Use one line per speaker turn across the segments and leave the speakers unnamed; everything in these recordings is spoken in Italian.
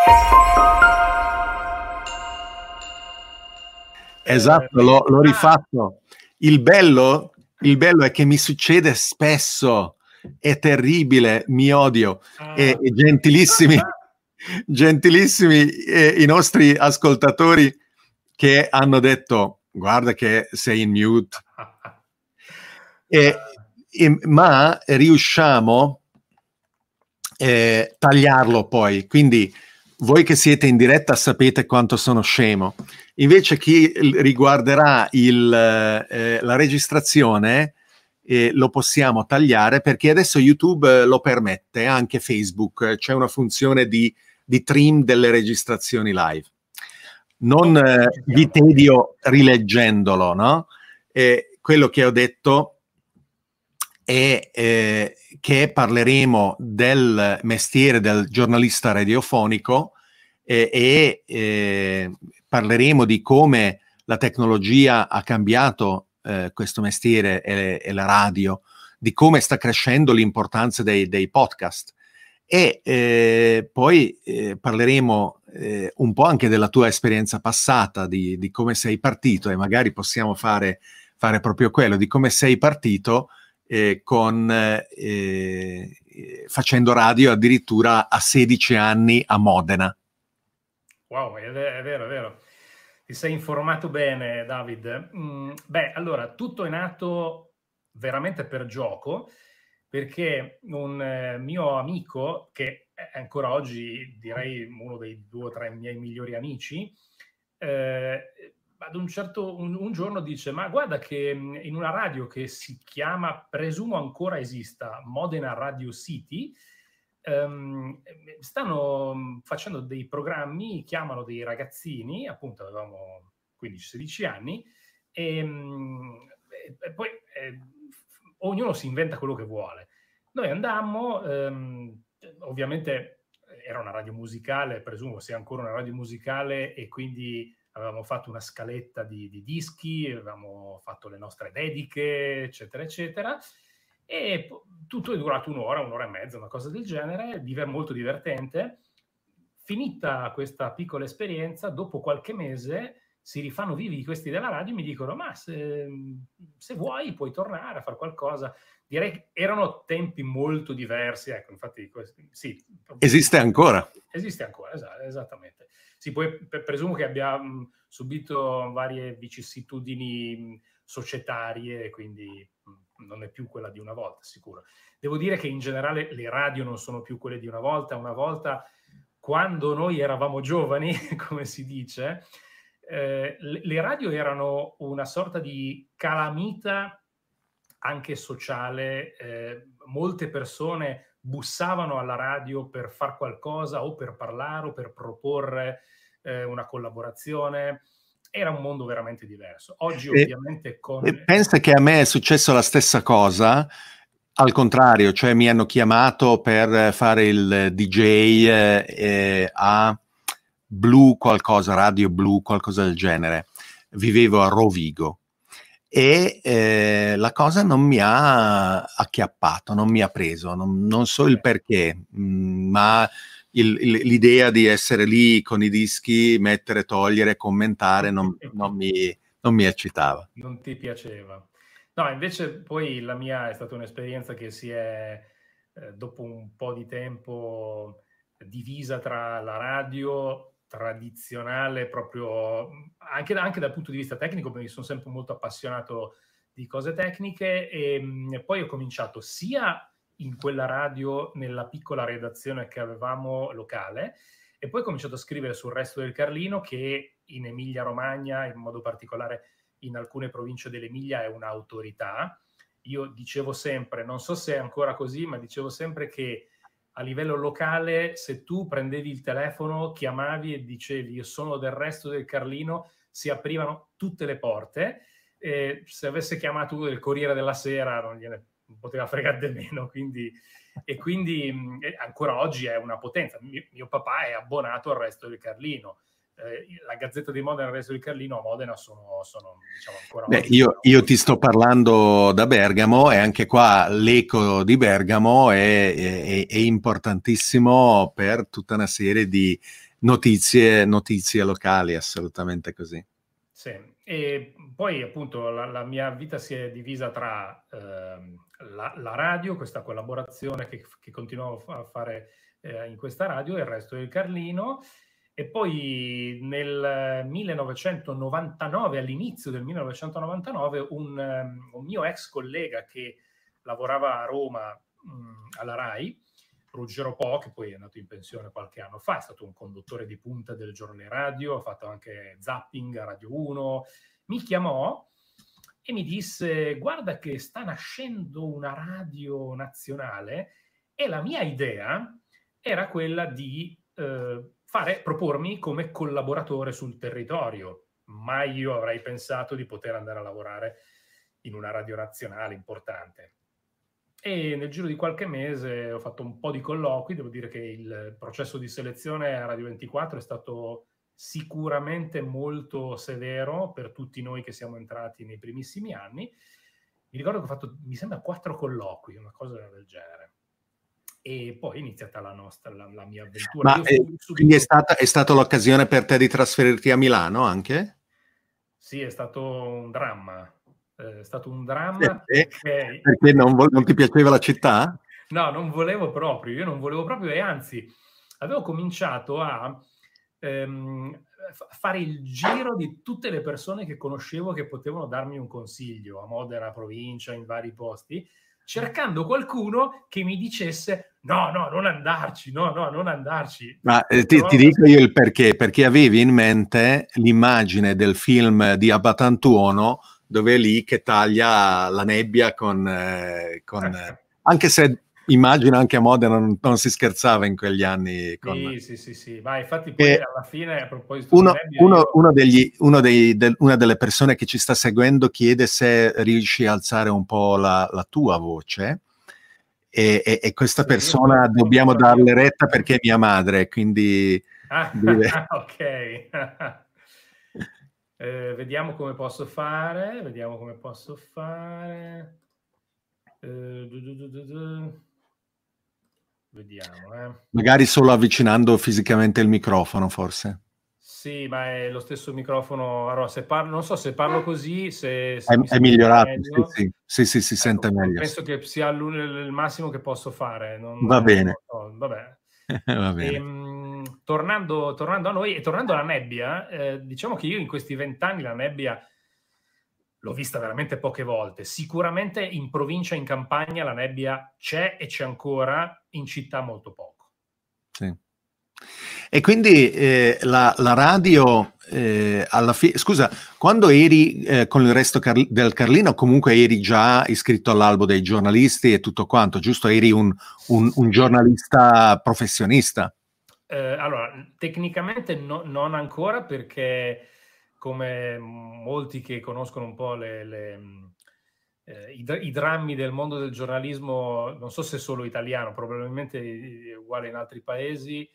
Esatto, l'ho rifatto. Il bello è che mi succede spesso, è terribile, mi odio. E gentilissimi i nostri ascoltatori che hanno detto guarda che sei in mute. Ma riusciamo a tagliarlo poi, quindi voi che siete in diretta sapete quanto sono scemo. Invece chi riguarderà la registrazione lo possiamo tagliare, perché adesso YouTube lo permette, anche Facebook, c'è una funzione di trim delle registrazioni live. Non vi tedio rileggendolo, no? Quello che ho detto è che parleremo del mestiere del giornalista radiofonico e parleremo di come la tecnologia ha cambiato questo mestiere e la radio, di come sta crescendo l'importanza dei podcast. E poi parleremo un po' anche della tua esperienza passata, di come sei partito, e magari possiamo fare proprio quello, di come sei partito facendo radio addirittura a 16 anni a Modena.
Wow, è vero. Ti sei informato bene, David. Beh, allora, tutto è nato veramente per gioco, perché un mio amico, che è ancora oggi direi uno dei 2 o 3 miei migliori amici, ad un giorno dice: ma guarda che in una radio che si chiama, presumo ancora esista, Modena Radio City, stanno facendo dei programmi, chiamano dei ragazzini, appunto avevamo 15-16 anni, e poi ognuno si inventa quello che vuole. Noi andammo, ovviamente era una radio musicale, presumo sia ancora una radio musicale, e quindi avevamo fatto una scaletta di dischi, avevamo fatto le nostre dediche, eccetera, eccetera. E tutto è durato un'ora e mezza, una cosa del genere, molto divertente. Finita questa piccola esperienza, dopo qualche mese si rifanno vivi questi della radio e mi dicono: ma se vuoi puoi tornare a fare qualcosa. Direi che erano tempi molto diversi, ecco, infatti sì.
Esiste ancora,
esattamente. Sì, poi presumo che abbia subito varie vicissitudini societarie, quindi non è più quella di una volta, sicuro. Devo dire che in generale le radio non sono più quelle di una volta. Una volta, quando noi eravamo giovani, come si dice, le radio erano una sorta di calamita anche sociale. Molte persone bussavano alla radio per far qualcosa, o per parlare, o per proporre una collaborazione. Era un mondo veramente diverso. Oggi ovviamente
pensa che a me è successo la stessa cosa, al contrario, cioè mi hanno chiamato per fare il DJ a Blu qualcosa, Radio Blu, qualcosa del genere. Vivevo a Rovigo e la cosa non mi ha acchiappato, non mi ha preso, non so il perché, ma l'idea di essere lì con i dischi, mettere, togliere, commentare non mi eccitava.
Non ti piaceva? No, invece poi la mia è stata un'esperienza che si è dopo un po' di tempo divisa tra la radio tradizionale, proprio anche dal punto di vista tecnico, perché mi sono sempre molto appassionato di cose tecniche, e poi ho cominciato sia in quella radio, nella piccola redazione che avevamo locale, e poi ho cominciato a scrivere sul Resto del Carlino, che in Emilia Romagna, in modo particolare in alcune province dell'Emilia, è un'autorità. Io dicevo sempre, non so se è ancora così, ma dicevo sempre che a livello locale, se tu prendevi il telefono, chiamavi e dicevi io sono del Resto del Carlino, si aprivano tutte le porte. Se avesse chiamato uno del Corriere della Sera non poteva fregare di meno, quindi ancora oggi è una potenza. Mio papà è abbonato al Resto del Carlino. La Gazzetta di Modena e il Resto del Carlino a Modena sono diciamo ancora oggi.
Io ti sto parlando da Bergamo, e anche qua l'eco di Bergamo è importantissimo per tutta una serie di notizie locali, assolutamente così.
Sì, e poi appunto la mia vita si è divisa tra la radio, questa collaborazione che continuavo a fare in questa radio, e il resto del Carlino, e poi nel 1999, all'inizio del 1999, un mio ex collega che lavorava a Roma alla RAI, Ruggero Po, che poi è andato in pensione qualche anno fa, è stato un conduttore di punta del giornale radio, ha fatto anche zapping a Radio 1, mi chiamò e mi disse: guarda che sta nascendo una radio nazionale, e la mia idea era quella di propormi come collaboratore sul territorio. Mai io avrei pensato di poter andare a lavorare in una radio nazionale importante. E nel giro di qualche mese ho fatto un po' di colloqui. Devo dire che il processo di selezione a Radio 24 è stato sicuramente molto severo per tutti noi che siamo entrati nei primissimi anni. Mi ricordo che ho fatto, mi sembra, 4 colloqui, una cosa del genere. E poi è iniziata la mia avventura.
Ma quindi è stata l'occasione per te di trasferirti a Milano anche?
Sì, è stato un dramma. È stato un dramma
perché non ti piaceva la città?
No, non volevo proprio. Io non volevo proprio, e anzi avevo cominciato a fare il giro di tutte le persone che conoscevo che potevano darmi un consiglio a Modena, provincia, in vari posti, cercando qualcuno che mi dicesse no, non andarci, no, non andarci.
Ma ti dico io il perché avevi in mente l'immagine del film di Abbatantuono, dove è lì che taglia la nebbia con anche se immagino anche a Modena non si scherzava in quegli anni.
Sì. Ma infatti poi alla fine, a proposito di nebbia,
una delle persone che ci sta seguendo chiede se riesci a alzare un po' la tua voce, e questa persona dobbiamo darle retta perché è mia madre, quindi
ok. Vediamo come posso fare. Vediamo.
Magari solo avvicinando fisicamente il microfono, forse.
Sì, ma è lo stesso microfono. Allora, non so se parlo così, se
è migliorato. Sì, si sente meglio.
Penso che sia il massimo che posso fare.
Va bene.
Vabbè.
Va bene.
Tornando a noi e tornando alla nebbia, diciamo che io in questi 20 anni la nebbia l'ho vista veramente poche volte. Sicuramente in provincia, in campagna, la nebbia c'è, e c'è ancora, in città molto poco.
Sì. E quindi la radio, alla fine, scusa, quando eri con il resto del Carlino, comunque eri già iscritto all'albo dei giornalisti e tutto quanto, giusto? Eri un giornalista professionista?
Allora, tecnicamente non ancora, perché come molti che conoscono un po' i drammi del mondo del giornalismo, non so se solo italiano, probabilmente è uguale in altri paesi,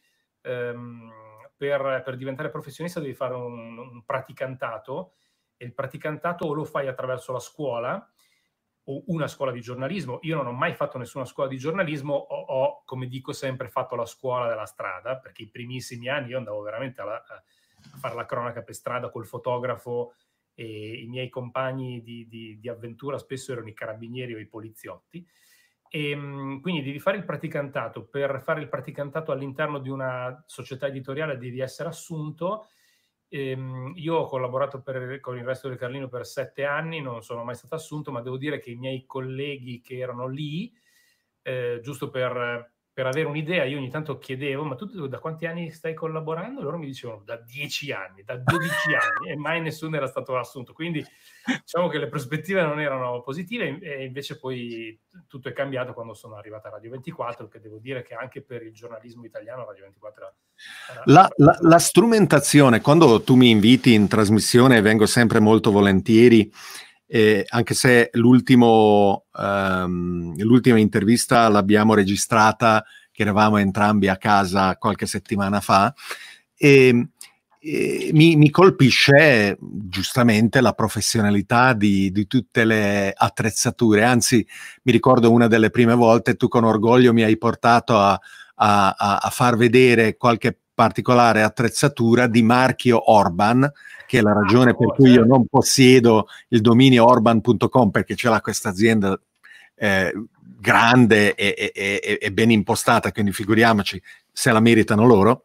per diventare professionista devi fare un praticantato, e il praticantato o lo fai attraverso la scuola o una scuola di giornalismo. Io non ho mai fatto nessuna scuola di giornalismo, ho, come dico sempre, fatto la scuola della strada, perché i primissimi anni io andavo veramente a fare la cronaca per strada col fotografo, e i miei compagni di avventura spesso erano i carabinieri o i poliziotti. E quindi devi fare il praticantato. Per fare il praticantato all'interno di una società editoriale devi essere assunto. Io ho collaborato con il resto del Carlino per 7 anni, non sono mai stato assunto, ma devo dire che i miei colleghi che erano lì, giusto per avere un'idea, io ogni tanto chiedevo: ma tu da quanti anni stai collaborando? Loro mi dicevano da 10 anni, da 12 anni, e mai nessuno era stato assunto. Quindi diciamo che le prospettive non erano positive, e invece poi tutto è cambiato quando sono arrivata a Radio 24, che devo dire che anche per il giornalismo italiano Radio 24
la strumentazione, quando tu mi inviti in trasmissione vengo sempre molto volentieri, anche se l'ultima intervista l'abbiamo registrata, che eravamo entrambi a casa qualche settimana fa, e mi colpisce giustamente la professionalità di tutte le attrezzature. Anzi, mi ricordo una delle prime volte tu con orgoglio mi hai portato a far vedere qualche particolare attrezzatura di marchio Orban, che è la ragione per cui io non possiedo il dominio orban.com, perché ce l'ha questa azienda grande e ben impostata, quindi figuriamoci se la meritano loro.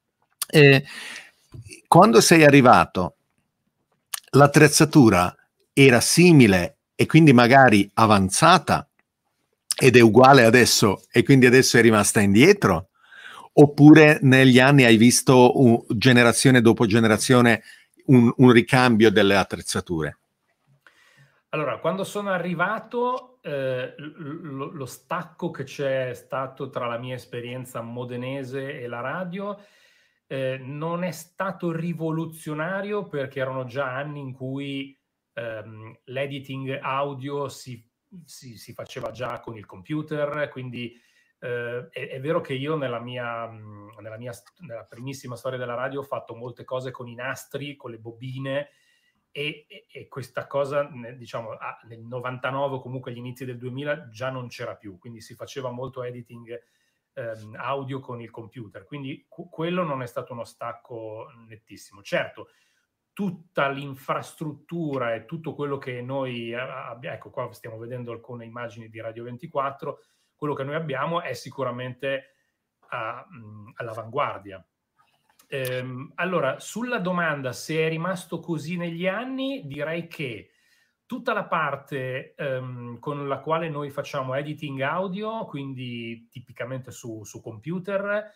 Quando sei arrivato, l'attrezzatura era simile e quindi magari avanzata ed è uguale adesso e quindi adesso è rimasta indietro? Oppure negli anni hai visto generazione dopo generazione un ricambio delle attrezzature?
Allora, quando sono arrivato, lo stacco che c'è stato tra la mia esperienza modenese e la radio non è stato rivoluzionario, perché erano già anni in cui l'editing audio si faceva già con il computer, quindi è vero che io nella primissima storia della radio ho fatto molte cose con i nastri, con le bobine, e questa cosa, diciamo, nel 99 o comunque agli inizi del 2000 già non c'era più, quindi si faceva molto editing audio con il computer, quindi quello non è stato uno stacco nettissimo. Certo, tutta l'infrastruttura e tutto quello che noi abbiamo, ecco qua stiamo vedendo alcune immagini di Radio 24, quello che noi abbiamo è sicuramente all'avanguardia. Allora, sulla domanda se è rimasto così negli anni, direi che tutta la parte con la quale noi facciamo editing audio, quindi tipicamente su computer,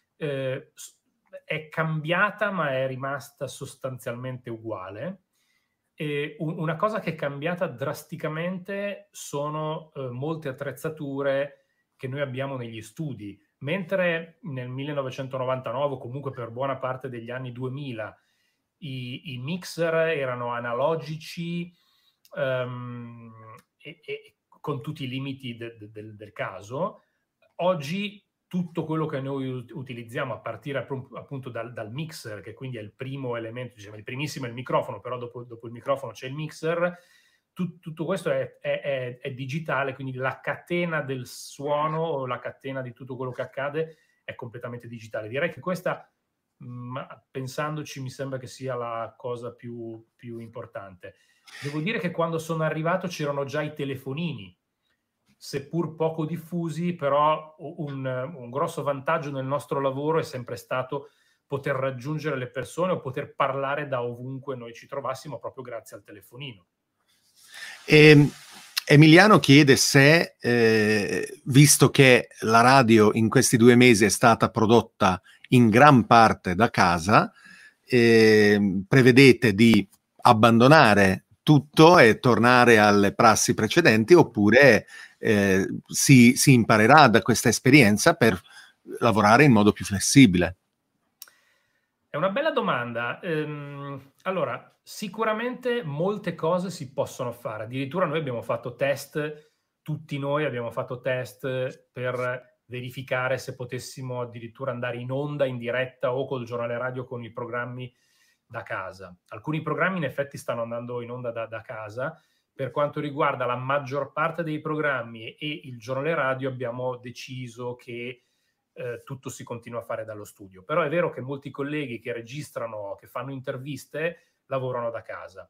è cambiata, ma è rimasta sostanzialmente uguale. E una cosa che è cambiata drasticamente sono molte attrezzature che noi abbiamo negli studi. Mentre nel 1999, comunque per buona parte degli anni 2000, i mixer erano analogici e con tutti i limiti del caso, oggi tutto quello che noi utilizziamo, a partire appunto dal mixer, che quindi è il primo elemento, diciamo, il primissimo è il microfono, però dopo il microfono c'è il mixer, tutto questo è digitale, quindi la catena del suono o la catena di tutto quello che accade è completamente digitale. Direi che questa, pensandoci, mi sembra che sia la cosa più importante. Devo dire che quando sono arrivato c'erano già i telefonini, seppur poco diffusi, però un grosso vantaggio nel nostro lavoro è sempre stato poter raggiungere le persone o poter parlare da ovunque noi ci trovassimo, proprio grazie al telefonino.
Emiliano chiede se, visto che la radio in questi 2 mesi è stata prodotta in gran parte da casa, prevedete di abbandonare tutto e tornare alle prassi precedenti, oppure si imparerà da questa esperienza per lavorare in modo più flessibile?
È una bella domanda. Allora, sicuramente molte cose si possono fare. Addirittura noi abbiamo fatto test, tutti noi abbiamo fatto test per verificare se potessimo addirittura andare in onda, in diretta o col giornale radio con i programmi da casa. Alcuni programmi in effetti stanno andando in onda da casa. Per quanto riguarda la maggior parte dei programmi e il giornale radio, abbiamo deciso che tutto si continua a fare dallo studio. Però è vero che molti colleghi che registrano, che fanno interviste, lavorano da casa.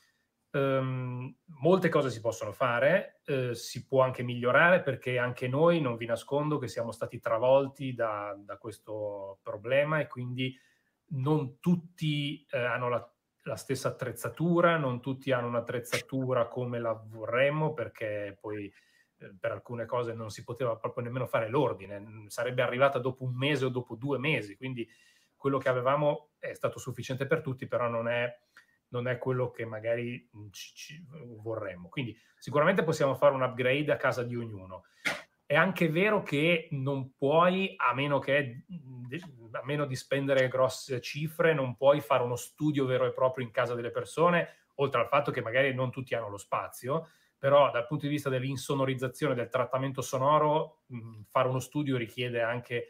Molte cose si possono fare, si può anche migliorare, perché anche noi, non vi nascondo, che siamo stati travolti da questo problema, e quindi non tutti hanno la stessa attrezzatura, non tutti hanno un'attrezzatura come la vorremmo, perché poi per alcune cose non si poteva proprio nemmeno fare l'ordine, sarebbe arrivata dopo 1 mese o dopo 2 mesi, quindi quello che avevamo è stato sufficiente per tutti, però non è quello che magari ci vorremmo. Quindi sicuramente possiamo fare un upgrade a casa di ognuno. È anche vero che non puoi, a meno di spendere grosse cifre, non puoi fare uno studio vero e proprio in casa delle persone, oltre al fatto che magari non tutti hanno lo spazio. Però dal punto di vista dell'insonorizzazione, del trattamento sonoro, fare uno studio richiede anche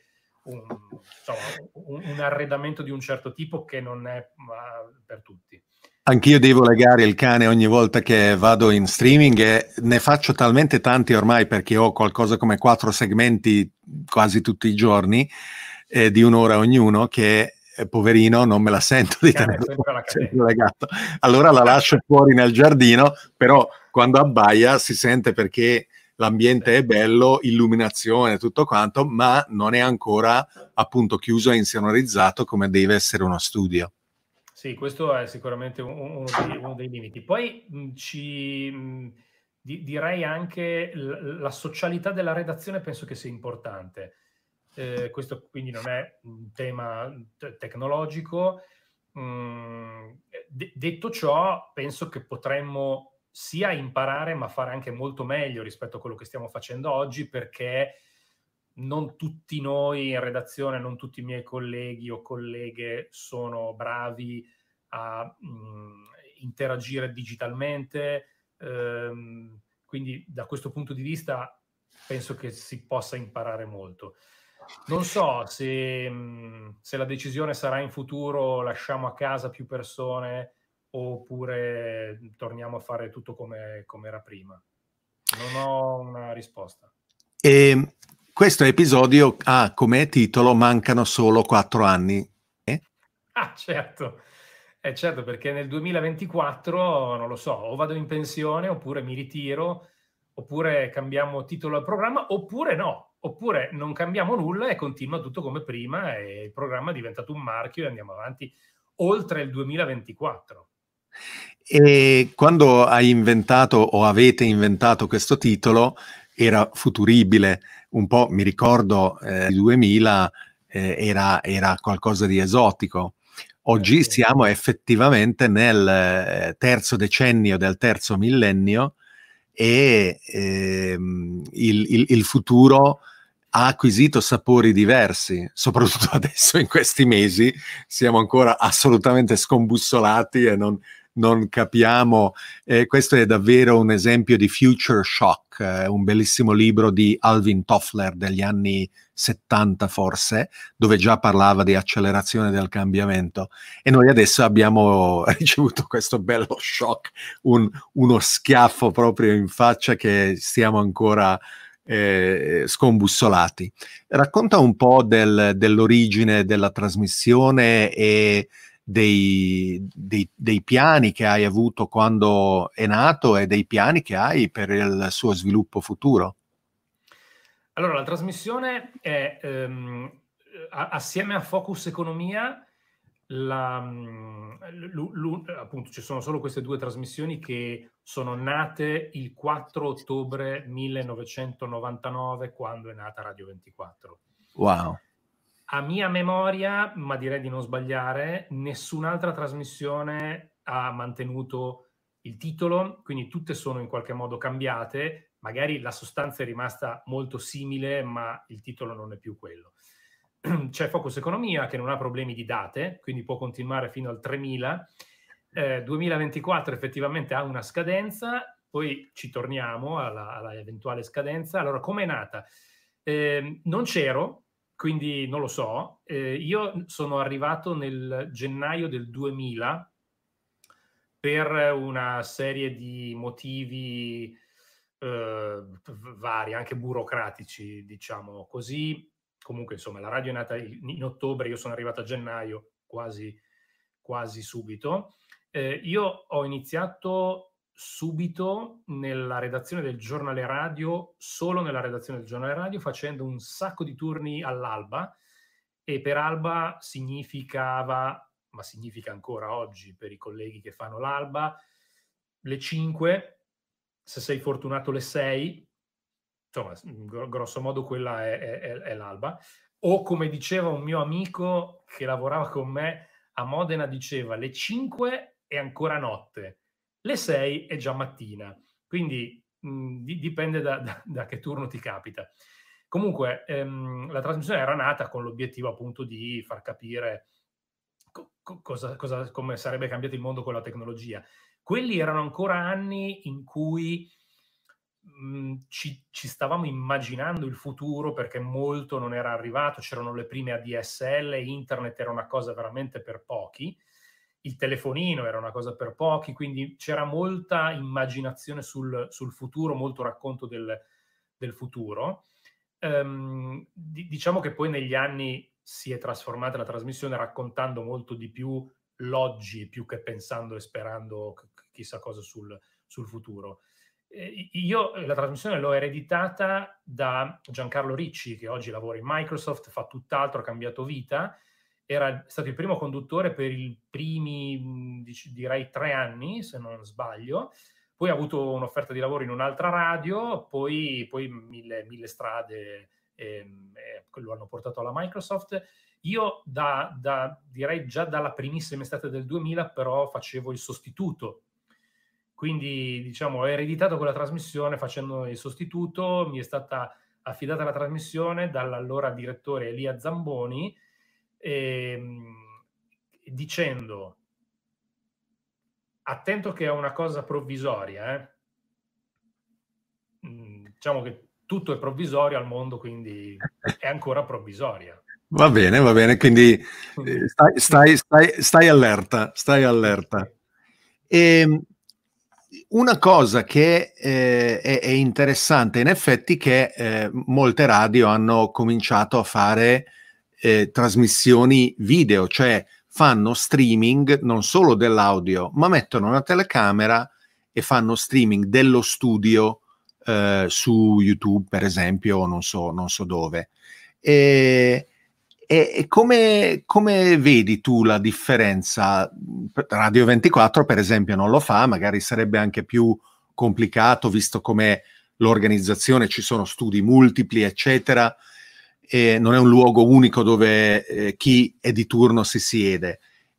un arredamento di un certo tipo, che non è per tutti.
Anch'io devo legare il cane ogni volta che vado in streaming, e ne faccio talmente tanti ormai, perché ho qualcosa come 4 segmenti quasi tutti i giorni, di un'ora ognuno che poverino non me la sento di tenerlo sempre legato. Allora la lascio fuori nel giardino, però quando abbaia si sente perché l'ambiente è bello, illuminazione, tutto quanto, ma non è ancora appunto chiuso e insonorizzato come deve essere uno studio.
Sì, questo è sicuramente uno dei limiti. Poi direi anche la socialità della redazione penso che sia importante. Questo quindi non è un tema tecnologico. Detto ciò, penso che potremmo sia imparare ma fare anche molto meglio rispetto a quello che stiamo facendo oggi, perché non tutti noi in redazione, non tutti i miei colleghi o colleghe sono bravi a interagire digitalmente, quindi da questo punto di vista penso che si possa imparare molto. Non so se la decisione sarà in futuro lasciamo a casa più persone oppure torniamo a fare tutto come era prima. Non ho una risposta.
E questo episodio ha come titolo Mancano solo 4 anni.
Ah, certo. Certo, perché nel 2024, non lo so, o vado in pensione, oppure mi ritiro, oppure cambiamo titolo al programma, oppure no, oppure non cambiamo nulla e continua tutto come prima e il programma è diventato un marchio e andiamo avanti oltre il 2024.
E quando hai inventato o avete inventato questo titolo era futuribile, un po' mi ricordo il 2000 era qualcosa di esotico. Oggi
Sì.
siamo effettivamente nel terzo decennio del terzo millennio e il futuro ha acquisito sapori diversi, soprattutto adesso in questi mesi siamo ancora assolutamente scombussolati e non capiamo. Questo è davvero un esempio di future shock, un bellissimo libro di Alvin Toffler degli anni 70 forse, dove già parlava di accelerazione del cambiamento, e noi adesso abbiamo ricevuto questo bello shock, uno schiaffo proprio in faccia che stiamo ancora scombussolati. Racconta un po' dell'origine della trasmissione e dei piani che hai avuto quando è nato e dei piani che hai per il suo sviluppo futuro.
Allora, la trasmissione è assieme a Focus Economia, appunto ci sono solo queste due trasmissioni che sono nate il 4 ottobre 1999, quando è nata Radio 24.
Wow.
A mia memoria, ma direi di non sbagliare, nessun'altra trasmissione ha mantenuto il titolo, quindi tutte sono in qualche modo cambiate, magari la sostanza è rimasta molto simile, ma il titolo non è più quello. C'è Focus Economia che non ha problemi di date, quindi può continuare fino al 3000. 2024 effettivamente ha una scadenza, poi ci torniamo alla eventuale scadenza. Allora, come è nata? Non c'ero, quindi non lo so. Io sono arrivato nel gennaio del 2000 per una serie di motivi vari, anche burocratici, diciamo così. Comunque, insomma, la radio è nata in ottobre, io sono arrivato a gennaio quasi subito. Io ho iniziato subito nella redazione del giornale radio, solo nella redazione del giornale radio, facendo un sacco di turni all'alba, e per alba significava, ma significa ancora oggi per i colleghi che fanno l'alba, le 5, se sei fortunato le 6, insomma, grosso modo quella è l'alba. O come diceva un mio amico che lavorava con me a Modena, diceva le 5 è ancora notte, le 6 è già mattina, quindi dipende da che turno ti capita. Comunque la trasmissione era nata con l'obiettivo appunto di far capire come sarebbe cambiato il mondo con la tecnologia. Quelli erano ancora anni in cui ci stavamo immaginando il futuro, perché molto non era arrivato, c'erano le prime ADSL, internet era una cosa veramente per pochi, il telefonino era una cosa per pochi, quindi c'era molta immaginazione sul futuro, molto racconto del futuro. Diciamo che poi negli anni si è trasformata la trasmissione raccontando molto di più l'oggi, più che pensando e sperando chissà cosa sul futuro. Io la trasmissione l'ho ereditata da Giancarlo Ricci, che oggi lavora in Microsoft, fa tutt'altro, ha cambiato vita. Era stato il primo conduttore per i primi, direi, 3 anni, se non sbaglio. Poi ha avuto un'offerta di lavoro in un'altra radio, poi mille strade lo hanno portato alla Microsoft. Io direi già dalla primissima estate del 2000 però facevo il sostituto, quindi diciamo ho ereditato quella trasmissione facendo il sostituto. Mi è stata affidata la trasmissione dall'allora direttore Elia Zamboni, dicendo: attento che è una cosa provvisoria, diciamo che tutto è provvisorio al mondo, quindi è ancora provvisoria.
Va bene, quindi stai allerta, stai allerta. Una cosa che è interessante in effetti che molte radio hanno cominciato a fare trasmissioni video, cioè fanno streaming non solo dell'audio, ma mettono una telecamera e fanno streaming dello studio su YouTube, per esempio, o non so dove. E come vedi tu la differenza? Radio 24, per esempio, non lo fa, magari sarebbe anche più complicato, visto come l'organizzazione, ci sono studi multipli, eccetera, e non è un luogo unico dove chi è di turno si siede.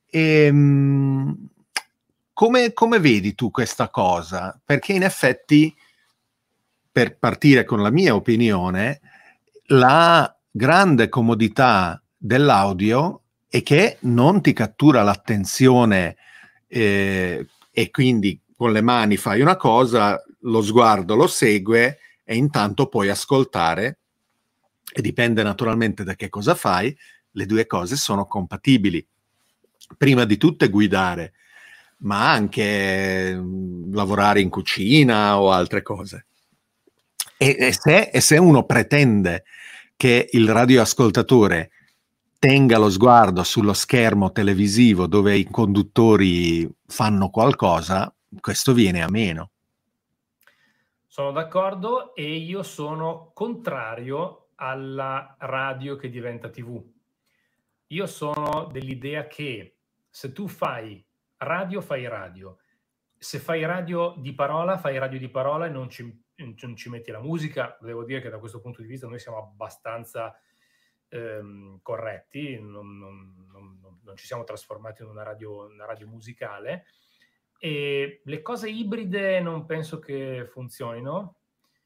Come vedi tu questa cosa? Perché in effetti, per partire con la mia opinione, la grande comodità dell'audio è che non ti cattura l'attenzione e quindi con le mani fai una cosa, lo sguardo lo segue e intanto puoi ascoltare, e dipende naturalmente da che cosa fai, le due cose sono compatibili. Prima di tutto guidare, ma anche lavorare in cucina o altre cose. E se uno pretende che il radioascoltatore tenga lo sguardo sullo schermo televisivo dove i conduttori fanno qualcosa, questo viene a meno.
Sono d'accordo, e io sono contrario alla radio che diventa TV. Io sono dell'idea che se tu fai radio, fai radio. Se fai radio di parola, fai radio di parola e non ci metti la musica. Devo dire che da questo punto di vista noi siamo abbastanza corretti, non ci siamo trasformati in una radio musicale. E le cose ibride non penso che funzionino.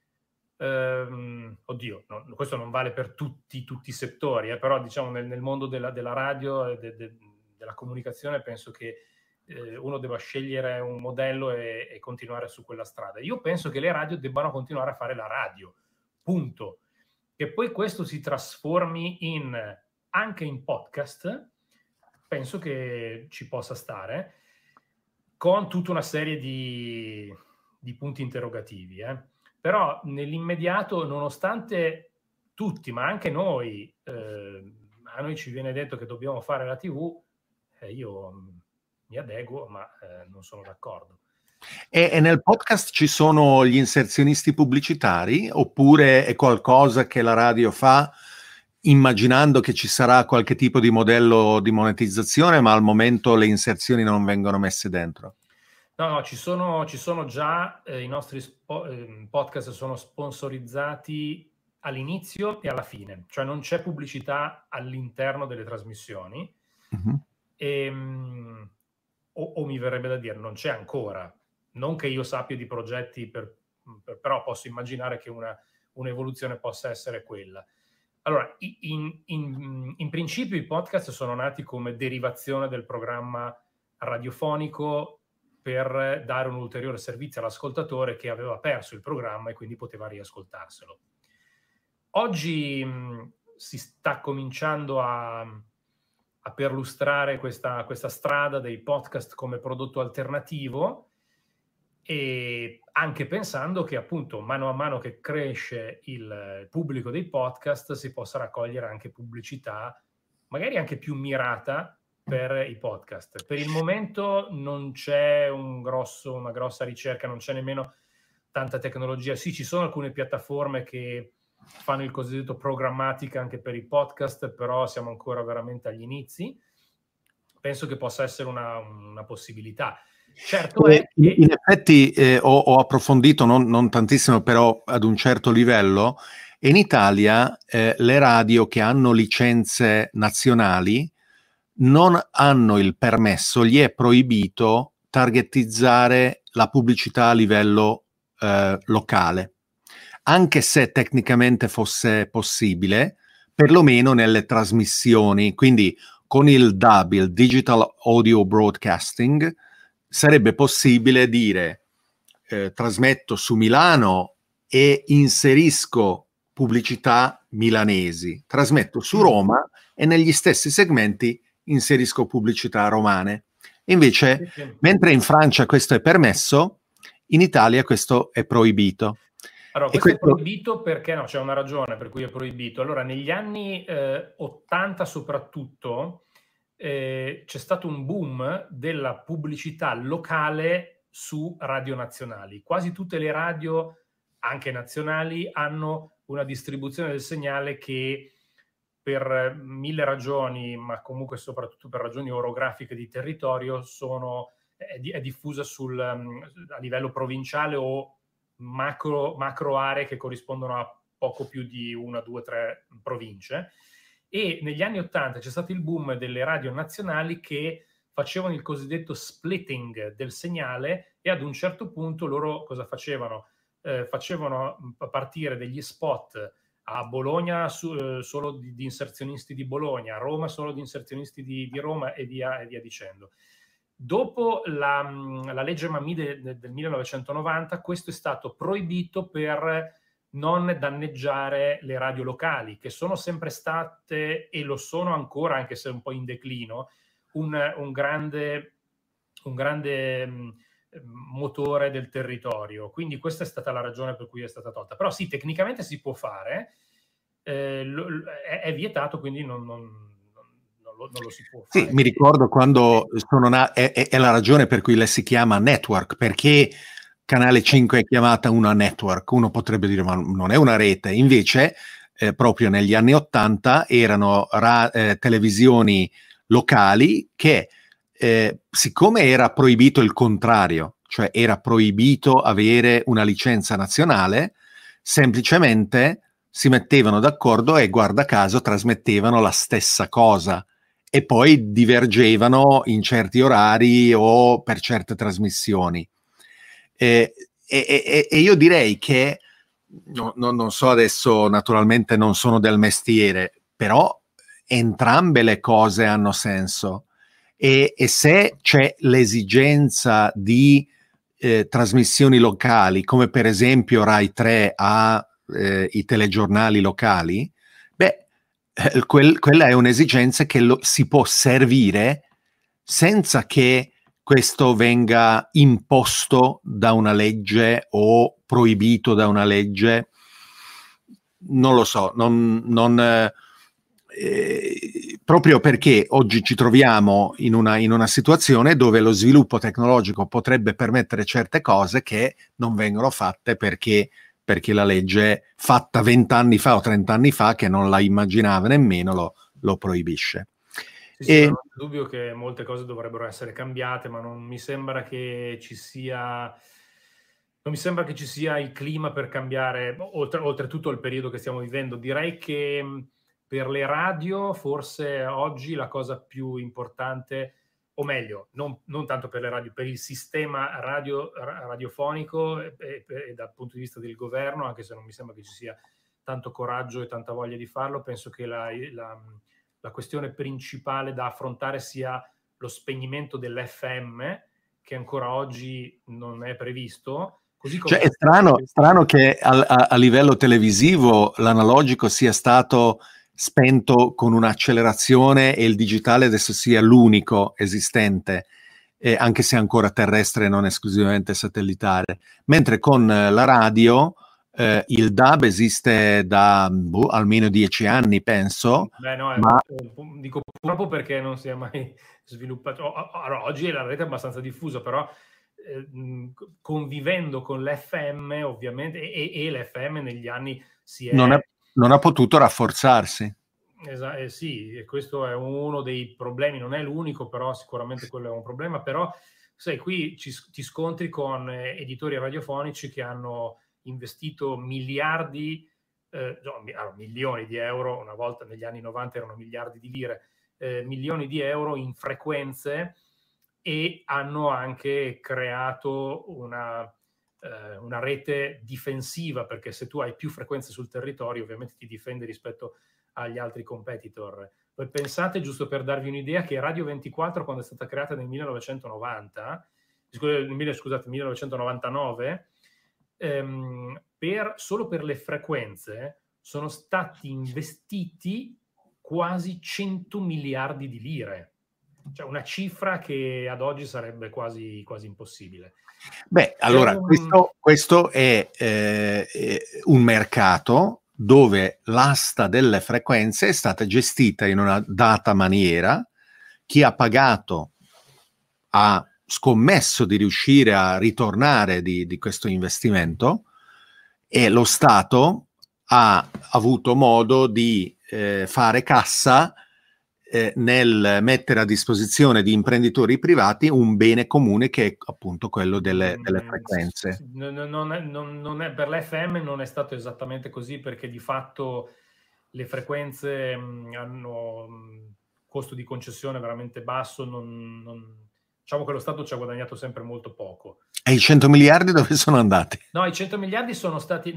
Oddio, no, questo non vale per tutti i settori, però diciamo nel mondo della radio e della comunicazione penso che uno debba scegliere un modello e continuare su quella strada. Io penso che le radio debbano continuare a fare la radio, punto. Che poi questo si trasformi anche in podcast, penso che ci possa stare, con tutta una serie di punti interrogativi. Però nell'immediato, nonostante tutti, ma anche noi, a noi ci viene detto che dobbiamo fare la TV, io mi adeguo, ma non sono d'accordo.
E nel podcast ci sono gli inserzionisti pubblicitari, oppure è qualcosa che la radio fa immaginando che ci sarà qualche tipo di modello di monetizzazione, ma al momento le inserzioni non vengono messe dentro?
No, ci sono già, i nostri podcast sono sponsorizzati all'inizio e alla fine, cioè non c'è pubblicità all'interno delle trasmissioni. Uh-huh. O mi verrebbe da dire, non c'è ancora. Non che io sappia di progetti, però posso immaginare che un'evoluzione possa essere quella. Allora, in principio i podcast sono nati come derivazione del programma radiofonico per dare un ulteriore servizio all'ascoltatore che aveva perso il programma e quindi poteva riascoltarselo. Oggi si sta cominciando a perlustrare questa strada dei podcast come prodotto alternativo, e anche pensando che appunto mano a mano che cresce il pubblico dei podcast si possa raccogliere anche pubblicità magari anche più mirata per i podcast. Per il momento non c'è una grossa ricerca, non c'è nemmeno tanta tecnologia. Sì, ci sono alcune piattaforme che fanno il cosiddetto programmatic anche per i podcast, però siamo ancora veramente agli inizi. Penso che possa essere una possibilità. Certo è che...
In effetti ho approfondito, non tantissimo, però ad un certo livello, e in Italia le radio che hanno licenze nazionali non hanno il permesso, gli è proibito targetizzare la pubblicità a livello locale, anche se tecnicamente fosse possibile, perlomeno nelle trasmissioni. Quindi con il DAB, il Digital Audio Broadcasting, sarebbe possibile dire trasmetto su Milano e inserisco pubblicità milanesi, trasmetto su Roma e negli stessi segmenti inserisco pubblicità romane. Invece, mentre in Francia questo è permesso, in Italia questo è proibito.
Allora, questo è proibito perché no, c'è una ragione per cui è proibito. Allora, negli anni 80 soprattutto c'è stato un boom della pubblicità locale su radio nazionali. Quasi tutte le radio, anche nazionali, hanno una distribuzione del segnale che per mille ragioni, ma comunque soprattutto per ragioni orografiche di territorio, è diffusa a livello provinciale o macro aree che corrispondono a poco più di 1, 2, 3 province. E negli anni 80 c'è stato il boom delle radio nazionali che facevano il cosiddetto splitting del segnale, e ad un certo punto loro cosa facevano? Facevano partire degli spot a Bologna solo di inserzionisti di Bologna, a Roma solo di inserzionisti di Roma e via dicendo. Dopo la legge Mammì del 1990, questo è stato proibito per non danneggiare le radio locali, che sono sempre state, e lo sono ancora, anche se un po' in declino, un grande motore del territorio. Quindi questa è stata la ragione per cui è stata tolta. Però sì, tecnicamente si può fare, è vietato, quindi non lo si può fare.
Sì, mi ricordo quando è la ragione per cui lei si chiama network, perché Canale 5 è chiamata una network. Uno potrebbe dire ma non è una rete, invece proprio negli anni 80 erano televisioni locali che siccome era proibito il contrario, cioè era proibito avere una licenza nazionale, semplicemente si mettevano d'accordo e guarda caso trasmettevano la stessa cosa e poi divergevano in certi orari o per certe trasmissioni. E io direi che, non so adesso, naturalmente non sono del mestiere, però entrambe le cose hanno senso. E se c'è l'esigenza di trasmissioni locali, come per esempio Rai 3 ha i telegiornali locali, beh, quella è un'esigenza che si può servire senza che questo venga imposto da una legge o proibito da una legge. Non lo so, proprio perché oggi ci troviamo in una situazione dove lo sviluppo tecnologico potrebbe permettere certe cose che non vengono fatte perché la legge fatta 20 anni fa o 30 anni fa, che non la immaginava nemmeno, lo proibisce.
Sì, non c'è dubbio che molte cose dovrebbero essere cambiate, ma non mi sembra che ci sia il clima per cambiare, oltretutto il periodo che stiamo vivendo. Direi che per le radio forse oggi la cosa più importante, o meglio, non tanto per le radio, per il sistema radiofonico e dal punto di vista del governo, anche se non mi sembra che ci sia tanto coraggio e tanta voglia di farlo, penso che la questione principale da affrontare sia lo spegnimento dell'FM, che ancora oggi non è previsto. Così come
cioè, è strano che a livello televisivo l'analogico sia stato spento con un'accelerazione e il digitale adesso sia l'unico esistente, anche se ancora terrestre e non esclusivamente satellitare, mentre con la radio Il DAB esiste da almeno 10 anni, penso.
Beh, no, dico purtroppo perché non si è mai sviluppato. Allora, oggi la rete è abbastanza diffusa, però convivendo con l'FM, ovviamente, e l'FM negli anni si è...
Non ha potuto rafforzarsi.
Sì, e questo è uno dei problemi, non è l'unico, però sicuramente quello è un problema. Però, sai, qui ti scontri con editori radiofonici che hanno investito milioni di euro, una volta negli anni 90 erano miliardi di lire, milioni di euro in frequenze, e hanno anche creato una rete difensiva, perché se tu hai più frequenze sul territorio ovviamente ti difendi rispetto agli altri competitor. Voi pensate, giusto per darvi un'idea, che Radio 24, quando è stata creata nel 1999, solo per le frequenze sono stati investiti quasi 100 miliardi di lire, cioè una cifra che ad oggi sarebbe quasi impossibile.
Beh, allora, questo è un mercato dove l'asta delle frequenze è stata gestita in una data maniera. Chi ha pagato ha scommesso di riuscire a ritornare di questo investimento, e lo Stato ha avuto modo di fare cassa nel mettere a disposizione di imprenditori privati un bene comune che è appunto quello delle frequenze.
Non è, per l'FM non è stato esattamente così, perché di fatto le frequenze hanno costo di concessione veramente basso, diciamo che lo Stato ci ha guadagnato sempre molto poco.
E i 100 miliardi dove sono andati?
No, i 100 miliardi sono stati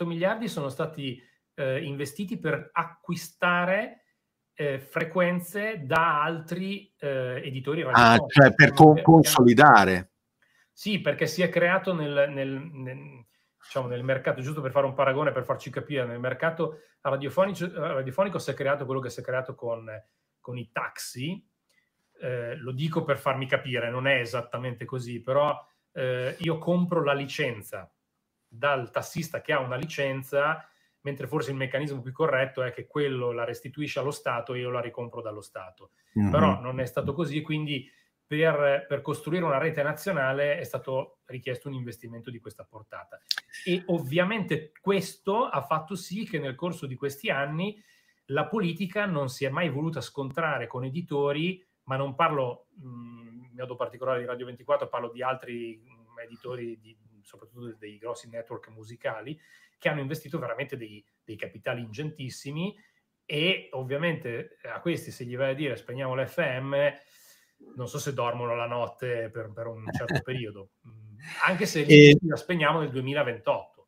investiti per acquistare frequenze da altri editori radiofonici.
Cioè per consolidare.
Sì, perché si è creato nel mercato, giusto per fare un paragone, per farci capire, nel mercato radiofonico si è creato quello che si è creato con i taxi. Lo dico per farmi capire, non è esattamente così, però io compro la licenza dal tassista che ha una licenza, mentre forse il meccanismo più corretto è che quello la restituisce allo Stato e io la ricompro dallo Stato. Mm-hmm. Però non è stato così, quindi per costruire una rete nazionale è stato richiesto un investimento di questa portata. E ovviamente questo ha fatto sì che nel corso di questi anni la politica non si è mai voluta scontrare con editori, ma non parlo in modo particolare di Radio 24, parlo di altri editori, soprattutto dei grossi network musicali, che hanno investito veramente dei capitali ingentissimi, e ovviamente a questi, se gli vai a dire spegniamo l'FM, non so se dormono la notte per un certo periodo, anche se la spegniamo nel 2028.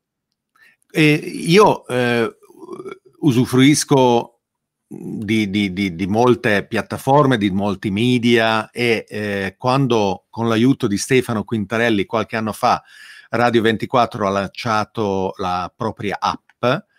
Io usufruisco di molte piattaforme, di molti media, e quando con l'aiuto di Stefano Quintarelli qualche anno fa Radio 24 ha lanciato la propria app,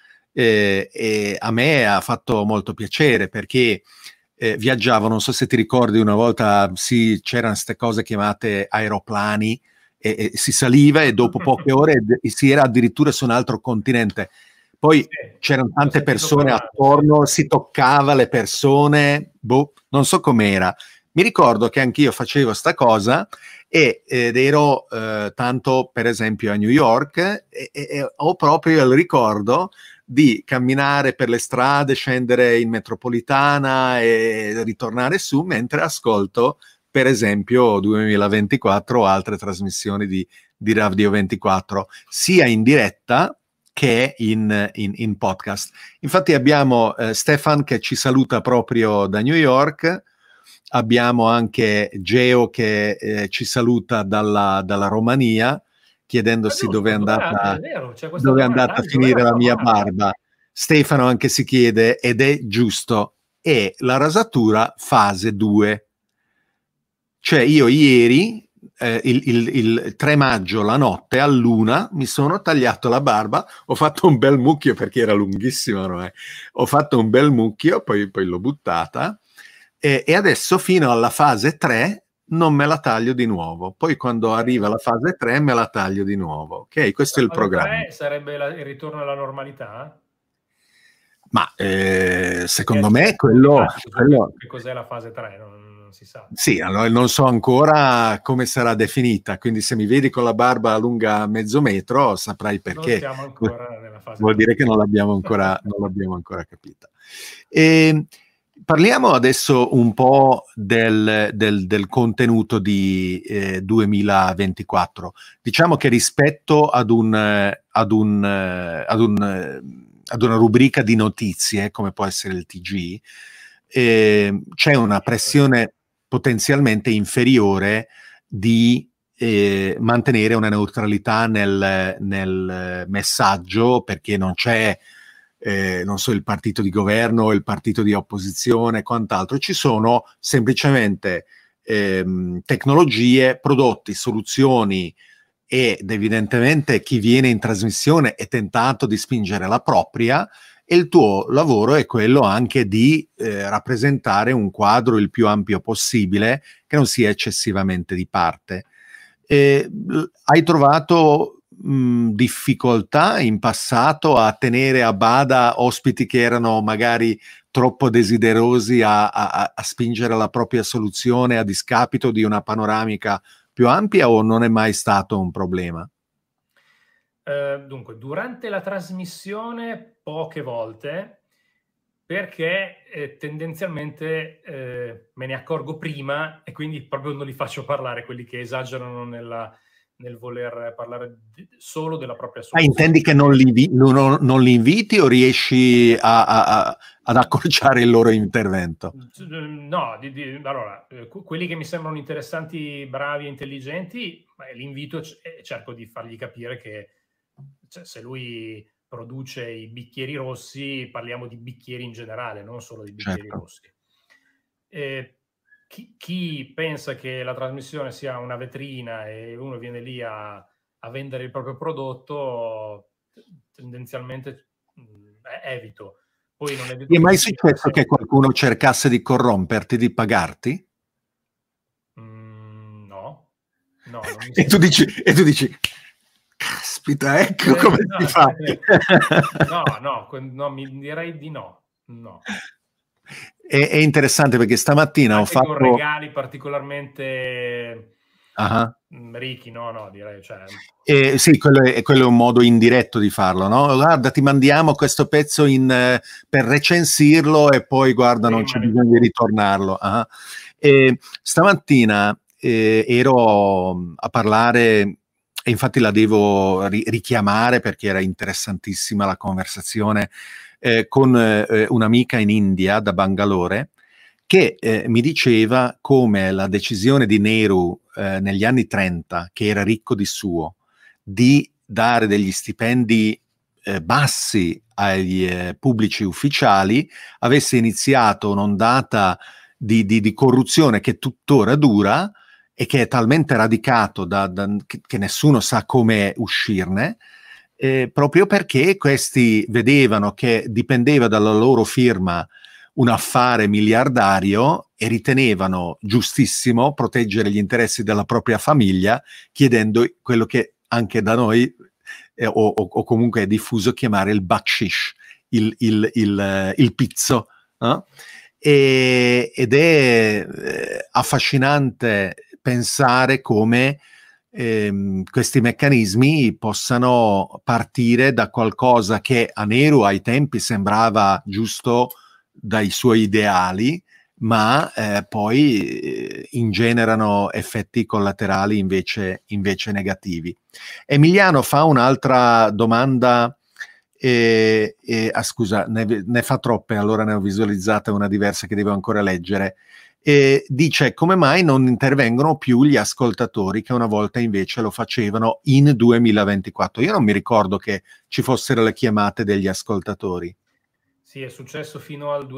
e a me ha fatto molto piacere, perché viaggiavo, non so se ti ricordi, una volta c'erano queste cose chiamate aeroplani, e si saliva e dopo poche ore si era addirittura su un altro continente. Poi c'erano tante persone attorno, si toccava le persone, non so com'era. Mi ricordo che anch'io facevo sta cosa, ed ero tanto per esempio a New York, e ho proprio il ricordo di camminare per le strade, scendere in metropolitana e ritornare su mentre ascolto per esempio 2024 o altre trasmissioni di Radio 24, sia in diretta che in podcast. Infatti abbiamo Stefan che ci saluta proprio da New York, abbiamo anche Geo che ci saluta dalla Romania, chiedendosi dove è andata a finire la mia barba. Stefano anche si chiede, ed è giusto, è la rasatura fase 2. Cioè io ieri, il 3 maggio, la notte, all'1, mi sono tagliato la barba, ho fatto un bel mucchio perché era lunghissimo, no? Ho fatto un bel mucchio, poi l'ho buttata, e adesso fino alla fase 3 non me la taglio di nuovo. Poi quando arriva la fase 3 me la taglio di nuovo. Ok, questo è il
La fase
programma.
3 sarebbe il ritorno alla normalità?
Ma secondo
Perché
me
c'è un
quello,
dibattito su
quello
che cos'è la fase 3, non si sa.
sì, allora non so ancora come sarà definita, quindi se mi vedi con la barba lunga mezzo metro saprai
Non
perché.
siamo ancora nella fase
Vuol
3.
dire che non l'abbiamo ancora capita. E parliamo adesso un po' del contenuto di 2024. Diciamo che rispetto ad una rubrica di notizie, come può essere il TG, c'è una pressione potenzialmente inferiore di mantenere una neutralità nel messaggio, perché non c'è non so, il partito di governo, il partito di opposizione e quant'altro, ci sono semplicemente tecnologie, prodotti, soluzioni, ed evidentemente chi viene in trasmissione è tentato di spingere la propria, e il tuo lavoro è quello anche di rappresentare un quadro il più ampio possibile, che non sia eccessivamente di parte. Hai trovato difficoltà in passato a tenere a bada ospiti che erano magari troppo desiderosi a spingere la propria soluzione a discapito di una panoramica più ampia, o non è mai stato un problema?
Dunque, durante la trasmissione poche volte, perché tendenzialmente me ne accorgo prima e quindi proprio non li faccio parlare, quelli che esagerano nel voler parlare solo della propria soluzione.
Intendi che non li inviti, o riesci ad accorciare il loro intervento?
No, allora, quelli che mi sembrano interessanti, bravi e intelligenti, li invito e cerco di fargli capire che se lui produce i bicchieri rossi, parliamo di bicchieri in generale, non solo di bicchieri
Certo.
rossi. Chi pensa che la trasmissione sia una vetrina e uno viene lì a vendere il proprio prodotto, tendenzialmente evito. Poi non è
Ti
detto
è
che
mai
funziona
successo che
sempre.
qualcuno cercasse di corromperti, di pagarti?
No, non mi
E tu
sembra.
dici, caspita, ecco come
No,
si fa.
no, mi direi di no. No.
È interessante perché stamattina ho
Anche con
fatto...
regali particolarmente
Ah.
ricchi, no, direi, cioè,
Sì, quello è un modo indiretto di farlo, no? Guarda, ti mandiamo questo pezzo per recensirlo, e poi guarda,
poi
non c'è
rimane
bisogno di
tuo.
ritornarlo. Ah. Stamattina ero a parlare, e infatti la devo richiamare perché era interessantissima la conversazione, con un'amica in India, da Bangalore, che mi diceva come la decisione di Nehru negli anni 30, che era ricco di suo, di dare degli stipendi bassi agli pubblici ufficiali, avesse iniziato un'ondata di corruzione che tuttora dura, e che è talmente radicato che nessuno sa come uscirne, proprio perché questi vedevano che dipendeva dalla loro firma un affare miliardario, e ritenevano giustissimo proteggere gli interessi della propria famiglia, chiedendo quello che anche da noi o comunque è diffuso chiamare il bakshish, il pizzo. Ed è affascinante pensare come questi meccanismi possano partire da qualcosa che a Nehru ai tempi sembrava giusto dai suoi ideali, ma poi ingenerano effetti collaterali invece negativi. Emiliano fa un'altra domanda. Scusa, ne fa troppe, allora ne ho visualizzata una diversa che devo ancora leggere. Dice: come mai non intervengono più gli ascoltatori, che una volta invece lo facevano in 2024? Io non mi ricordo che ci fossero le chiamate degli ascoltatori.
Sì, è successo fino al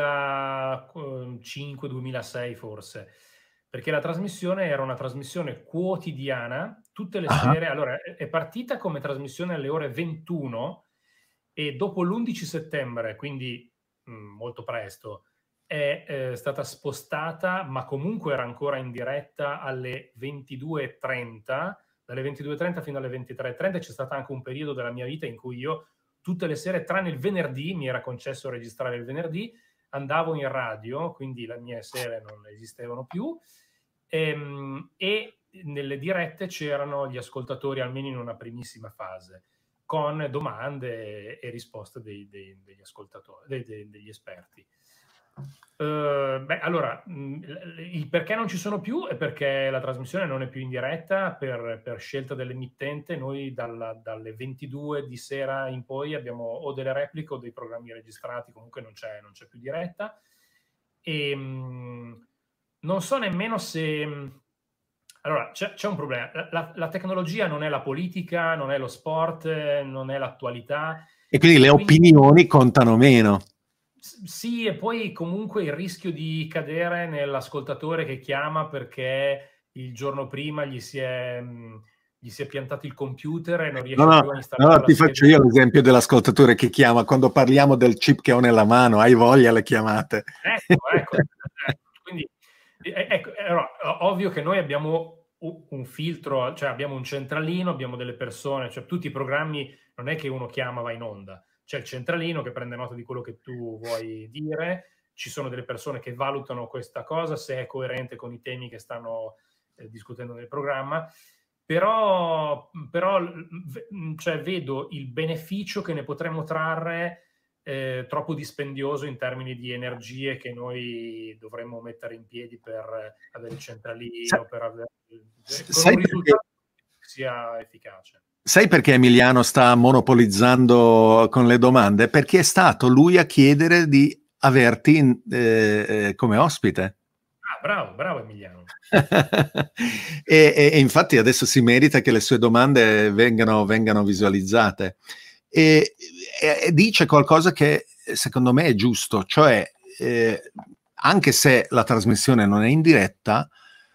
2005-2006 forse, perché la trasmissione era una trasmissione quotidiana, tutte le
Ah.
sere. Allora, è partita come trasmissione alle ore 21 e dopo l'11 settembre, quindi molto presto, è stata spostata, ma comunque era ancora in diretta alle 22:30. Dalle 22:30 fino alle 23:30 c'è stato anche un periodo della mia vita in cui io tutte le sere, tranne il venerdì, mi era concesso registrare il venerdì, andavo in radio, quindi le mie sere non esistevano più, e nelle dirette c'erano gli ascoltatori, almeno in una primissima fase, con domande e risposte degli ascoltatori, degli esperti. Allora, il perché non ci sono più è perché la trasmissione non è più in diretta per scelta dell'emittente. Noi dalle 22 di sera in poi abbiamo o delle repliche o dei programmi registrati, comunque non c'è più diretta. E non so nemmeno se... Allora, c'è un problema. La tecnologia non è la politica, non è lo sport, non è l'attualità.
E quindi le opinioni contano meno.
Sì, e poi comunque il rischio di cadere nell'ascoltatore che chiama perché il giorno prima gli si è piantato il computer e non riesce più a installare la
ti faccio io l'esempio dell'ascoltatore che chiama. Quando parliamo del chip che ho nella mano, hai voglia le chiamate.
Ecco. Quindi, allora, ovvio che noi abbiamo un filtro, cioè abbiamo un centralino, abbiamo delle persone, cioè tutti i programmi, non è che uno chiama, va in onda. C'è il centralino che prende nota di quello che tu vuoi dire, ci sono delle persone che valutano questa cosa, se è coerente con i temi che stanno discutendo nel programma, però cioè, vedo il beneficio che ne potremmo trarre troppo dispendioso in termini di energie che noi dovremmo mettere in piedi per avere il centralino, per avere con un risultato che sia efficace.
Sai perché Emiliano sta monopolizzando con le domande? Perché è stato lui a chiedere di averti come ospite.
Ah, bravo Emiliano.
e infatti adesso si merita che le sue domande vengano visualizzate. E dice qualcosa che secondo me è giusto, cioè anche se la trasmissione non è in diretta,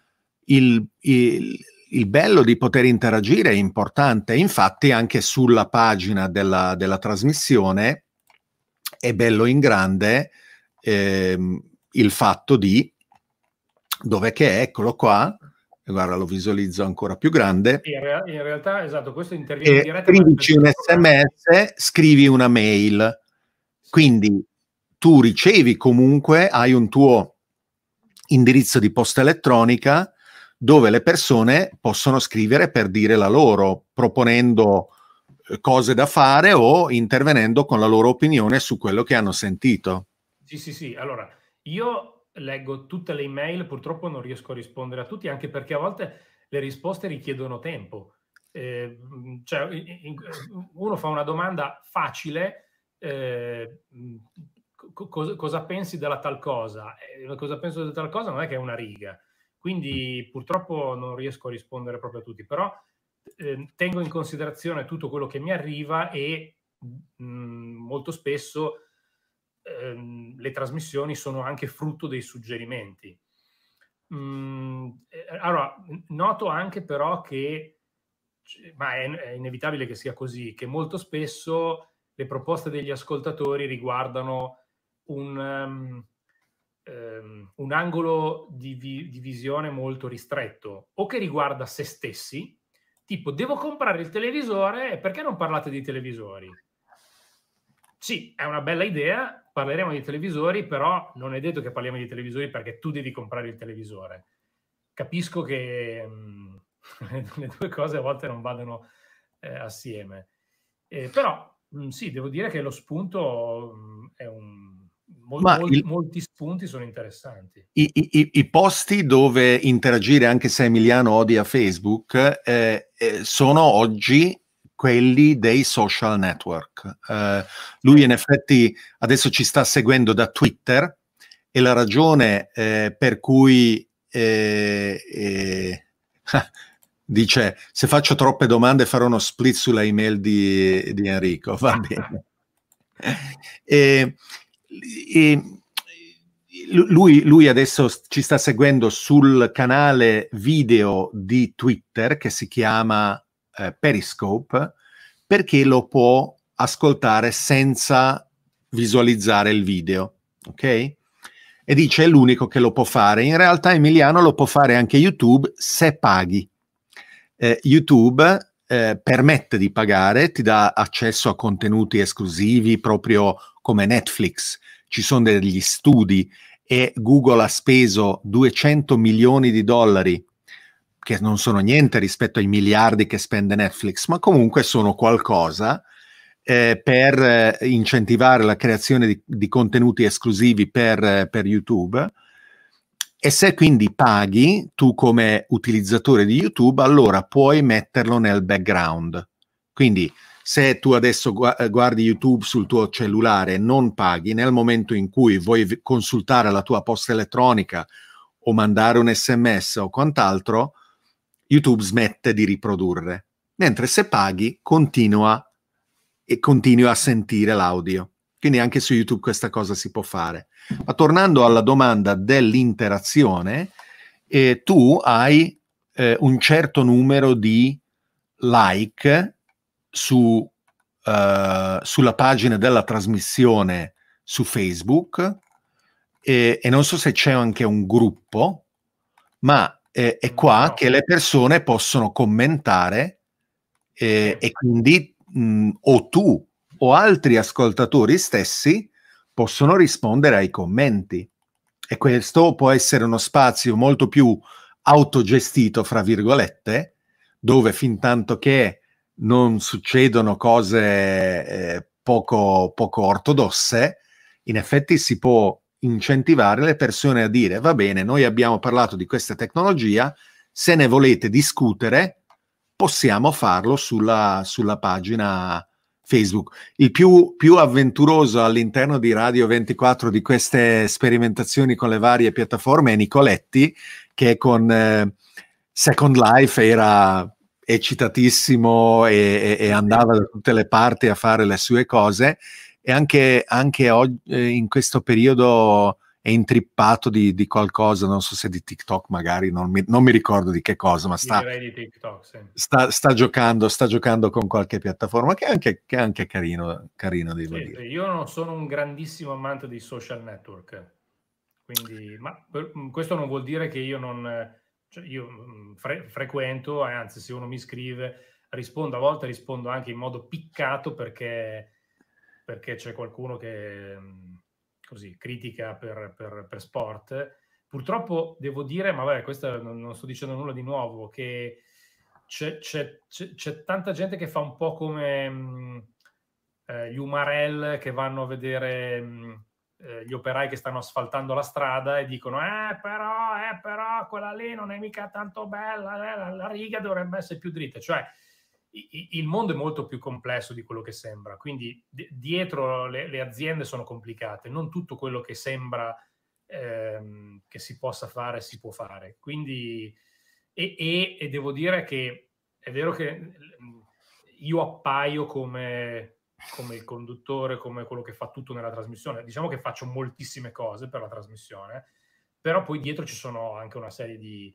il bello di poter interagire è importante. Infatti anche sulla pagina della trasmissione è bello in grande il fatto di dov'è che è, eccolo qua, guarda, lo visualizzo ancora più grande.
In realtà, esatto, questo interviene in diretta.
Scrivici un SMS, scrivi una mail, quindi tu ricevi comunque, hai un tuo indirizzo di posta elettronica dove le persone possono scrivere per dire la loro, proponendo cose da fare o intervenendo con la loro opinione su quello che hanno sentito.
Sì. Allora, io leggo tutte le email, purtroppo non riesco a rispondere a tutti, anche perché a volte le risposte richiedono tempo. Cioè, uno fa una domanda facile, cosa pensi della tal cosa? Cosa penso della tal cosa non è che è una riga. Quindi purtroppo non riesco a rispondere proprio a tutti, però tengo in considerazione tutto quello che mi arriva e molto spesso le trasmissioni sono anche frutto dei suggerimenti. Allora, noto anche però che, ma è inevitabile che sia così, che molto spesso le proposte degli ascoltatori riguardano un angolo di visione molto ristretto, o che riguarda se stessi, tipo devo comprare il televisore, perché non parlate di televisori? Sì, è una bella idea, parleremo di televisori, però non è detto che parliamo di televisori perché tu devi comprare il televisore. Capisco che le due cose a volte non vadano assieme. Però sì, devo dire che lo spunto è molti spunti sono interessanti.
I posti dove interagire, anche se Emiliano odia Facebook, sono oggi quelli dei social network. Lui in effetti adesso ci sta seguendo da Twitter e la ragione per cui dice: se faccio troppe domande farò uno split sulla email di Enrico. Va bene. Lui adesso ci sta seguendo sul canale video di Twitter che si chiama Periscope, perché lo può ascoltare senza visualizzare il video, ok? e dice è l'unico che lo può fare. In realtà, Emiliano, lo può fare anche YouTube se paghi. YouTube permette di pagare, ti dà accesso a contenuti esclusivi proprio come Netflix. Ci sono degli studi e Google ha speso 200 milioni di dollari, che non sono niente rispetto ai miliardi che spende Netflix, ma comunque sono qualcosa, per incentivare la creazione di contenuti esclusivi per YouTube. E se quindi paghi, tu come utilizzatore di YouTube, allora puoi metterlo nel background. Quindi se tu adesso guardi YouTube sul tuo cellulare e non paghi, nel momento in cui vuoi consultare la tua posta elettronica o mandare un SMS o quant'altro, YouTube smette di riprodurre. Mentre se paghi, continui a sentire l'audio. Quindi anche su YouTube questa cosa si può fare. Ma tornando alla domanda dell'interazione, tu hai un certo numero di like sulla pagina della trasmissione su Facebook, e non so se c'è anche un gruppo, ma è qua che le persone possono commentare, e quindi o tu o altri ascoltatori stessi possono rispondere ai commenti, e questo può essere uno spazio molto più autogestito, fra virgolette, dove fin tanto che non succedono cose poco ortodosse, in effetti si può incentivare le persone a dire va bene, noi abbiamo parlato di questa tecnologia, se ne volete discutere possiamo farlo sulla pagina Facebook. Il più avventuroso all'interno di Radio 24 di queste sperimentazioni con le varie piattaforme è Nicoletti, che con Second Life era eccitatissimo e andava da tutte le parti a fare le sue cose, e anche oggi, in questo periodo è intrippato di qualcosa, non so se di TikTok magari, non mi ricordo di che cosa, ma
direi di TikTok, sì.
sta giocando con qualche piattaforma che è anche carino devo dire.
Io non sono un grandissimo amante dei social network, quindi, ma questo non vuol dire che io non... Cioè io frequento, anzi se uno mi scrive rispondo, a volte rispondo anche in modo piccato perché c'è qualcuno che così critica per sport. Purtroppo devo dire, ma vabbè, questo non sto dicendo nulla di nuovo, che c'è tanta gente che fa un po' come gli umarell che vanno a vedere gli operai che stanno asfaltando la strada e dicono però quella lì non è mica tanto bella, la riga dovrebbe essere più dritta. Cioè il mondo è molto più complesso di quello che sembra, quindi dietro le aziende sono complicate, non tutto quello che sembra che si possa fare si può fare. Quindi e devo dire che è vero che io appaio come il conduttore, come quello che fa tutto nella trasmissione. Diciamo che faccio moltissime cose per la trasmissione, però poi dietro ci sono anche una serie di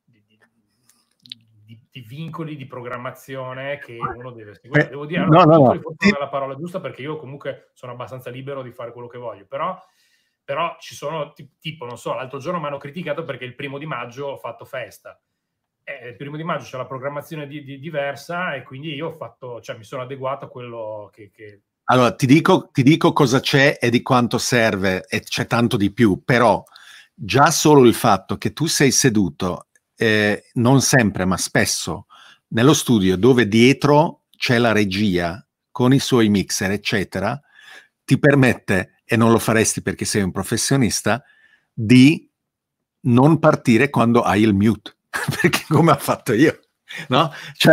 vincoli di programmazione che uno deve seguire. Devo dire, vincoli forse non è la parola giusta, perché io comunque sono abbastanza libero di fare quello che voglio, però ci sono, tipo, non so, l'altro giorno mi hanno criticato perché il 1° di maggio ho fatto festa. Il 1° di maggio c'è la programmazione diversa, e quindi io mi sono adeguato a quello che...
Allora, ti dico cosa c'è e di quanto serve, e c'è tanto di più, però già solo il fatto che tu sei seduto, non sempre, ma spesso, nello studio dove dietro c'è la regia con i suoi mixer, eccetera, ti permette, e non lo faresti perché sei un professionista, di non partire quando hai il mute, perché come ho fatto io, no?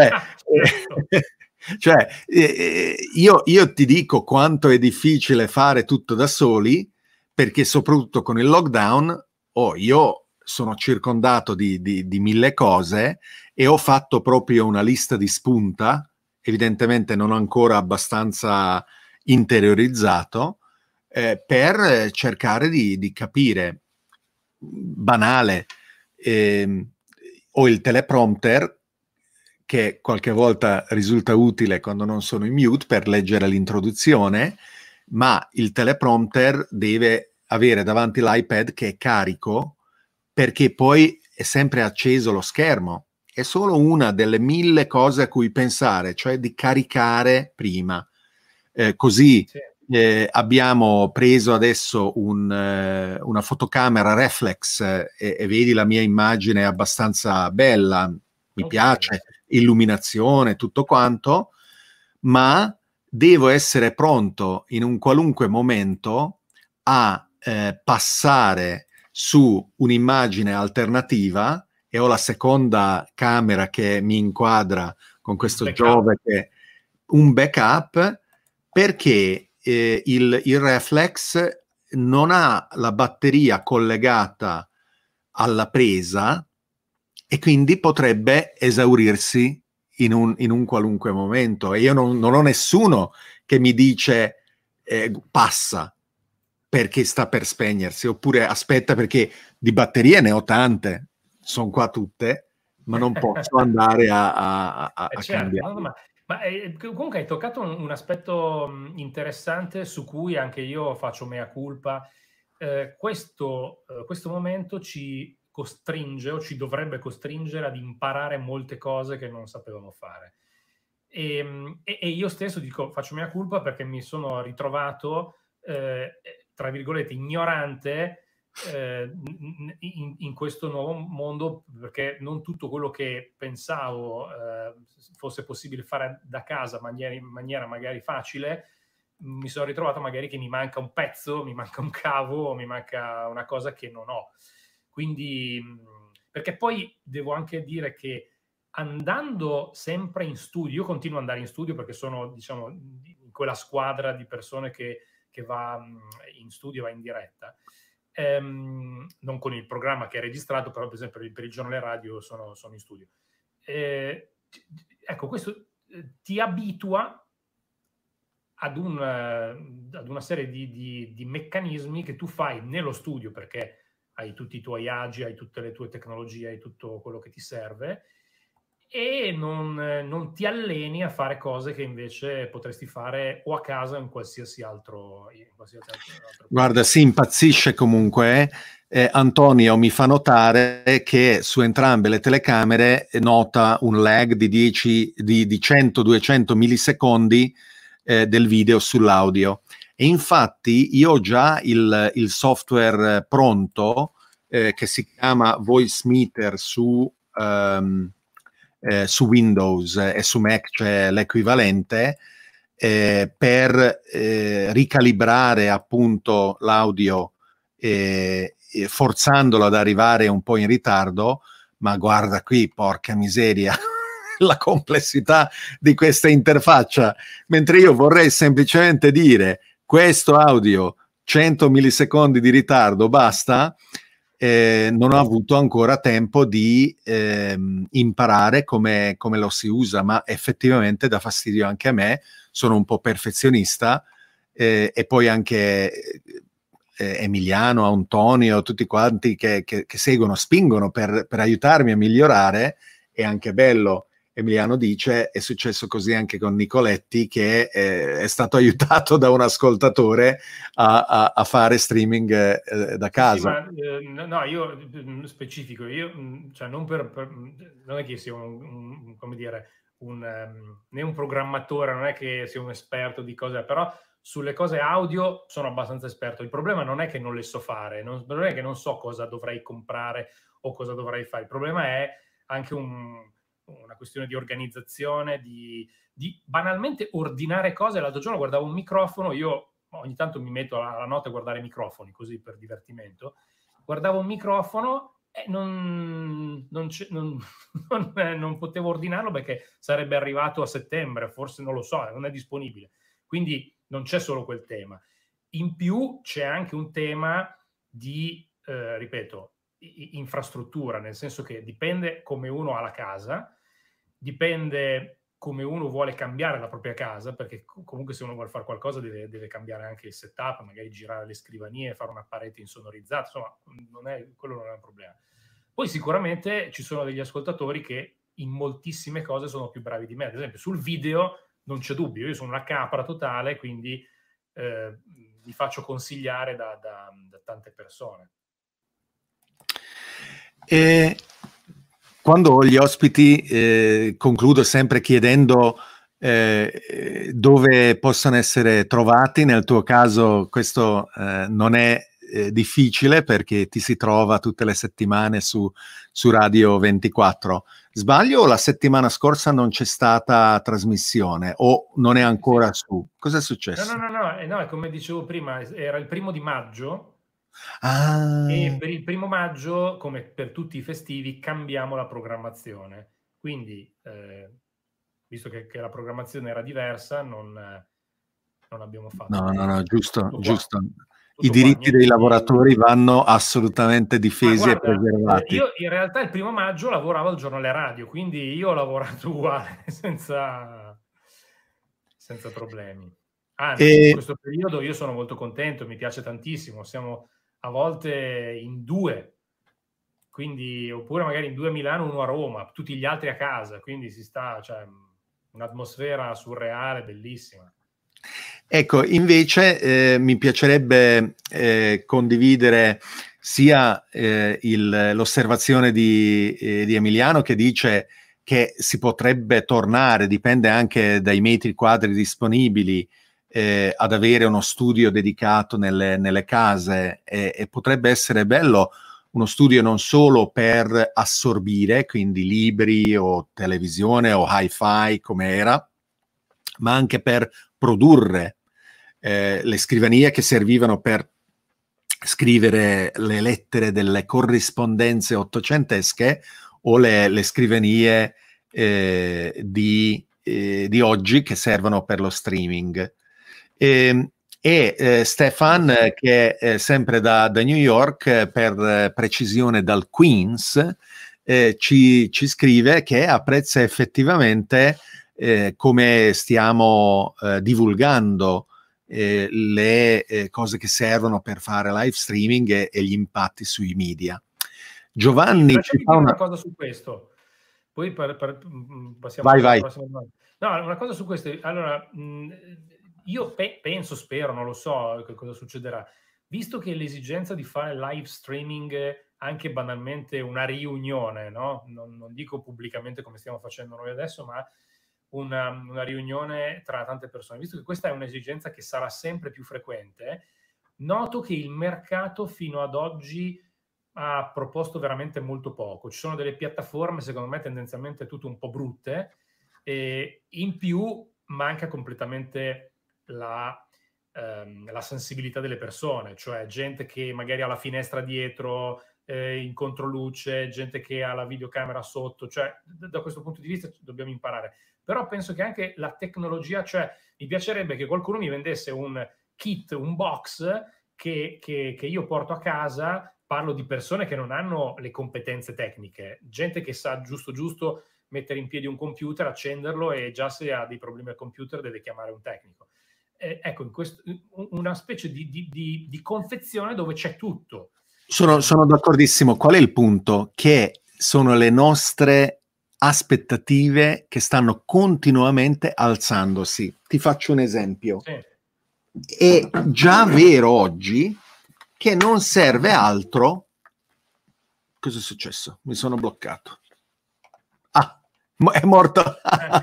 Io ti dico quanto è difficile fare tutto da soli, perché soprattutto con il lockdown io sono circondato di 1000 cose e ho fatto proprio una lista di spunta, evidentemente non ho ancora abbastanza interiorizzato, per cercare di capire. Banale, ho il teleprompter che qualche volta risulta utile quando non sono in mute per leggere l'introduzione, ma il teleprompter deve avere davanti l'iPad che è carico, perché poi è sempre acceso lo schermo. È solo una delle 1000 cose a cui pensare, cioè di caricare prima. Così
Sì.
abbiamo preso adesso una fotocamera reflex e vedi la mia immagine è abbastanza bella, mi
Molto bella,
piace,
sì.
illuminazione, tutto quanto, ma devo essere pronto in un qualunque momento a passare su un'immagine alternativa, e ho la seconda camera che mi inquadra con questo
Backup.
Giove, che un backup, perché il reflex non ha la batteria collegata alla presa e quindi potrebbe esaurirsi in un qualunque momento, e io non ho nessuno che mi dice passa perché sta per spegnersi, oppure aspetta perché di batterie ne ho tante, sono qua tutte, ma non posso andare a
Certo,
cambiare.
ma comunque hai toccato un aspetto interessante su cui anche io faccio mea culpa. Questo momento ci costringe o ci dovrebbe costringere ad imparare molte cose che non sapevamo fare. E io stesso dico, faccio mea culpa perché mi sono ritrovato, tra virgolette, ignorante in questo nuovo mondo, perché non tutto quello che pensavo fosse possibile fare da casa in maniera magari facile, mi sono ritrovato magari che mi manca un pezzo, mi manca un cavo, mi manca una cosa che non ho. Quindi, perché poi devo anche dire che andando sempre in studio, io continuo ad andare in studio perché sono, diciamo, in quella squadra di persone che va in studio, va in diretta. Non con il programma che è registrato, però per esempio per il giornale radio sono in studio. Ecco, questo ti abitua ad una serie di meccanismi che tu fai nello studio, perché hai tutti i tuoi agi, hai tutte le tue tecnologie, hai tutto quello che ti serve, e non ti alleni a fare cose che invece potresti fare o a casa o in qualsiasi altro
Guarda,
posto.
si impazzisce comunque. Antonio mi fa notare che su entrambe le telecamere nota un lag di 100-200 millisecondi del video sull'audio. E infatti io ho già il software pronto che si chiama Voicemeeter su Windows e su Mac c'è l'equivalente, per ricalibrare appunto l'audio, forzandolo ad arrivare un po' in ritardo. Ma guarda qui, porca miseria, la complessità di questa interfaccia, mentre io vorrei semplicemente dire questo audio 100 millisecondi di ritardo, basta. Non ho avuto ancora tempo di imparare come lo si usa, ma effettivamente dà fastidio anche a me, sono un po' perfezionista, e poi anche Emiliano, Antonio, tutti quanti che seguono, spingono per aiutarmi a migliorare. È anche bello. Emiliano dice, è successo così anche con Nicoletti, che è stato aiutato da un ascoltatore a fare streaming da casa.
Sì, ma no, io specifico, io cioè non non è che sia come dire, né un programmatore, non è che sia un esperto di cose, però sulle cose audio sono abbastanza esperto. Il problema non è che non le so fare, non è che non so cosa dovrei comprare o cosa dovrei fare. Il problema è anche una questione di organizzazione, di banalmente ordinare cose. L'altro giorno guardavo un microfono, io ogni tanto mi metto alla notte a guardare microfoni così per divertimento. Guardavo un microfono e non potevo ordinarlo perché sarebbe arrivato a settembre, forse, non lo so, non è disponibile. Quindi non c'è solo quel tema. In più c'è anche un tema di, ripeto, infrastruttura, nel senso che dipende come uno ha la casa, dipende come uno vuole cambiare la propria casa, perché comunque se uno vuole fare qualcosa deve cambiare anche il setup, magari girare le scrivanie, fare una parete insonorizzata, insomma, quello non è un problema. Poi sicuramente ci sono degli ascoltatori che in moltissime cose sono più bravi di me. Ad esempio sul video non c'è dubbio, io sono una capra totale, quindi mi faccio consigliare da tante persone.
E quando ho gli ospiti concludo sempre chiedendo dove possono essere trovati. Nel tuo caso questo non è difficile perché ti si trova tutte le settimane su Radio 24. Sbaglio o la settimana scorsa non c'è stata trasmissione o non è ancora su? Cosa è successo?
No, come dicevo prima, era il 1° di maggio.
Ah.
E per il 1° maggio, come per tutti i festivi, cambiamo la programmazione. Quindi, visto che la programmazione era diversa, non abbiamo fatto.
No, giusto. I
Tutto
diritti
qua,
dei lavoratori vanno assolutamente difesi e
guarda,
preservati.
io in realtà il 1° maggio lavoravo al giornale radio, quindi io ho lavorato uguale, senza problemi. Anzi, in questo periodo io sono molto contento, mi piace tantissimo. Siamo a volte in 2, quindi, oppure magari in 2 a Milano, 1 a Roma, tutti gli altri a casa, quindi si sta, cioè, un'atmosfera surreale, bellissima.
Ecco, invece mi piacerebbe condividere sia l'osservazione di Emiliano, che dice che si potrebbe tornare, dipende anche dai metri quadri disponibili, ad avere uno studio dedicato nelle case, e potrebbe essere bello uno studio non solo per assorbire, quindi libri o televisione o hi-fi come era, ma anche per produrre le scrivanie che servivano per scrivere le lettere delle corrispondenze ottocentesche o le scrivanie di oggi che servono per lo streaming. Stefan, che è sempre da New York, per precisione dal Queens, ci scrive che apprezza effettivamente come stiamo divulgando le cose che servono per fare live streaming e gli impatti sui media. Giovanni
ci fa una cosa su questo, poi passiamo alla prossima domanda. No, una cosa su questo. Allora, io penso, spero, non lo so che cosa succederà, visto che l'esigenza di fare live streaming, anche banalmente una riunione, no? Non dico pubblicamente come stiamo facendo noi adesso, ma una riunione tra tante persone, visto che questa è un'esigenza che sarà sempre più frequente, noto che il mercato fino ad oggi ha proposto veramente molto poco. Ci sono delle piattaforme, secondo me, tendenzialmente tutte un po' brutte, e in più manca completamente la sensibilità delle persone, cioè gente che magari ha la finestra dietro in controluce, gente che ha la videocamera sotto, cioè da questo punto di vista dobbiamo imparare. Però penso che anche la tecnologia, cioè mi piacerebbe che qualcuno mi vendesse un kit, un box che io porto a casa. Parlo di persone che non hanno le competenze tecniche, gente che sa giusto mettere in piedi un computer, accenderlo, e già se ha dei problemi al computer deve chiamare un tecnico. Ecco, una specie di confezione dove c'è tutto.
Sono d'accordissimo. Qual è il punto? Che sono le nostre aspettative che stanno continuamente alzandosi. Ti faccio un esempio.
Sì.
È già vero oggi che non serve altro. Cosa è successo? Mi sono bloccato. È morto.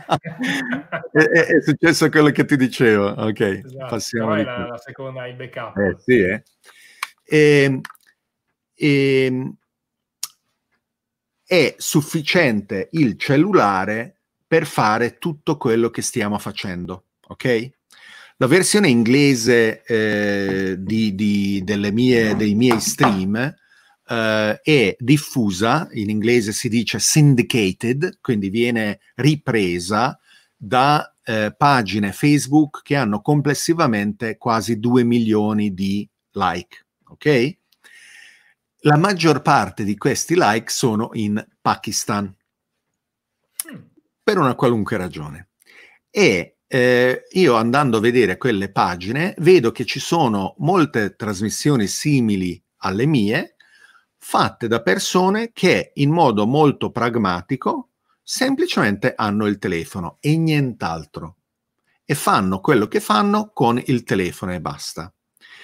È successo quello che ti dicevo. Ok,
esatto.
passiamo
Però è la seconda, hai backup.
Sì, è sufficiente il cellulare per fare tutto quello che stiamo facendo, ok? La versione inglese dei miei stream è diffusa, in inglese si dice syndicated, quindi viene ripresa da pagine Facebook che hanno complessivamente quasi 2 milioni di like, ok? La maggior parte di questi like sono in Pakistan, per una qualunque ragione. E io, andando a vedere quelle pagine, vedo che ci sono molte trasmissioni simili alle mie, fatte da persone che in modo molto pragmatico semplicemente hanno il telefono e nient'altro, e fanno quello che fanno con il telefono e basta.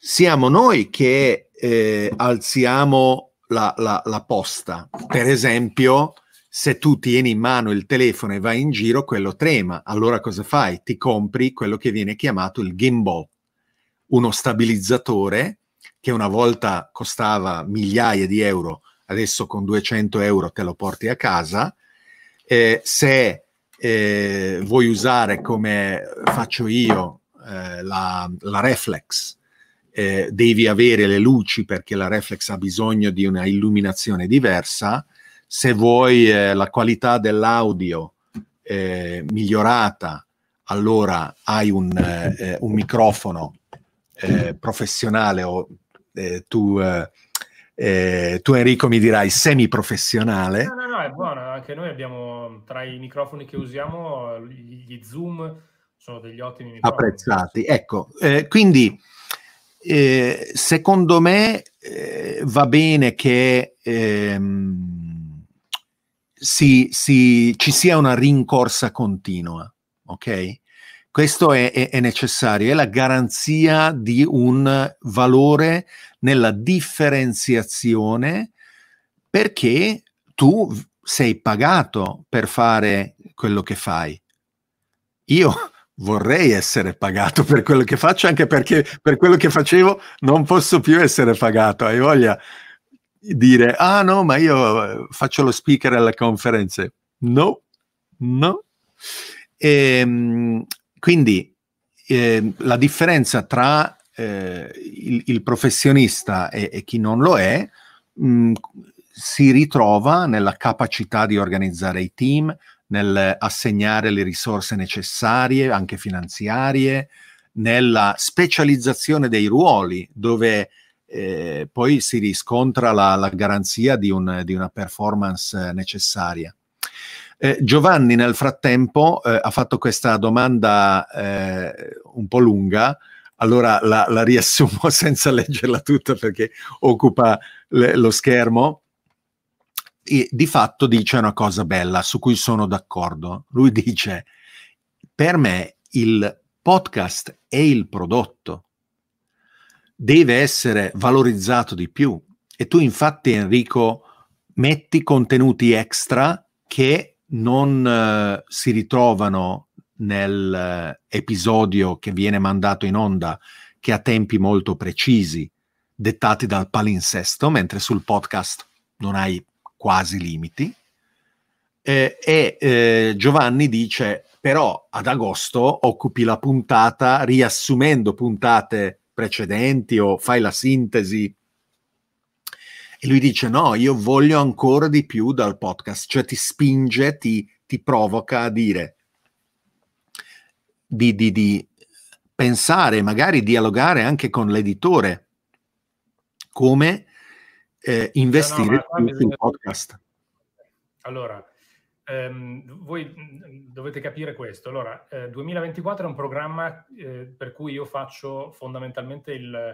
siamo noi che alziamo la posta. Per esempio, se tu tieni in mano il telefono e vai in giro, quello trema. Allora cosa fai? Ti compri quello che viene chiamato il gimbal, uno stabilizzatore che una volta costava migliaia di euro, adesso con 200 euro te lo porti a casa. Se vuoi usare, come faccio io, la reflex, devi avere le luci perché la reflex ha bisogno di una illuminazione diversa. Se vuoi la qualità dell'audio migliorata, allora hai un microfono professionale, o tu Enrico mi dirai semi-professionale.
No, è buono. Anche noi abbiamo, tra i microfoni che usiamo, gli Zoom sono degli ottimi microfoni.
Apprezzati. Ecco, quindi secondo me va bene che ci sia una rincorsa continua, ok? Questo è necessario, è la garanzia di un valore nella differenziazione, perché tu sei pagato per fare quello che fai. Io vorrei essere pagato per quello che faccio, anche perché per quello che facevo non posso più essere pagato. Hai voglia di dire, ah no, ma io faccio lo speaker alle conferenze. No. Quindi la differenza tra il professionista e chi non lo è si ritrova nella capacità di organizzare i team, nel assegnare le risorse necessarie, anche finanziarie, nella specializzazione dei ruoli, dove poi si riscontra la garanzia di una performance necessaria. Giovanni nel frattempo ha fatto questa domanda un po' lunga, allora la riassumo senza leggerla tutta perché occupa lo schermo. E di fatto dice una cosa bella su cui sono d'accordo. Lui dice: per me il podcast è il prodotto, deve essere valorizzato di più, e tu infatti, Enrico, metti contenuti extra che non si ritrovano nell'episodio che viene mandato in onda, che ha tempi molto precisi dettati dal palinsesto, mentre sul podcast non hai quasi limiti. Giovanni dice: però ad agosto occupi la puntata riassumendo puntate precedenti o fai la sintesi. E lui dice: no, io voglio ancora di più dal podcast, cioè ti spinge, ti provoca a dire, di pensare, magari dialogare anche con l'editore, come investire più sul podcast.
Allora, voi dovete capire questo. Allora, 2024 è un programma per cui io faccio fondamentalmente il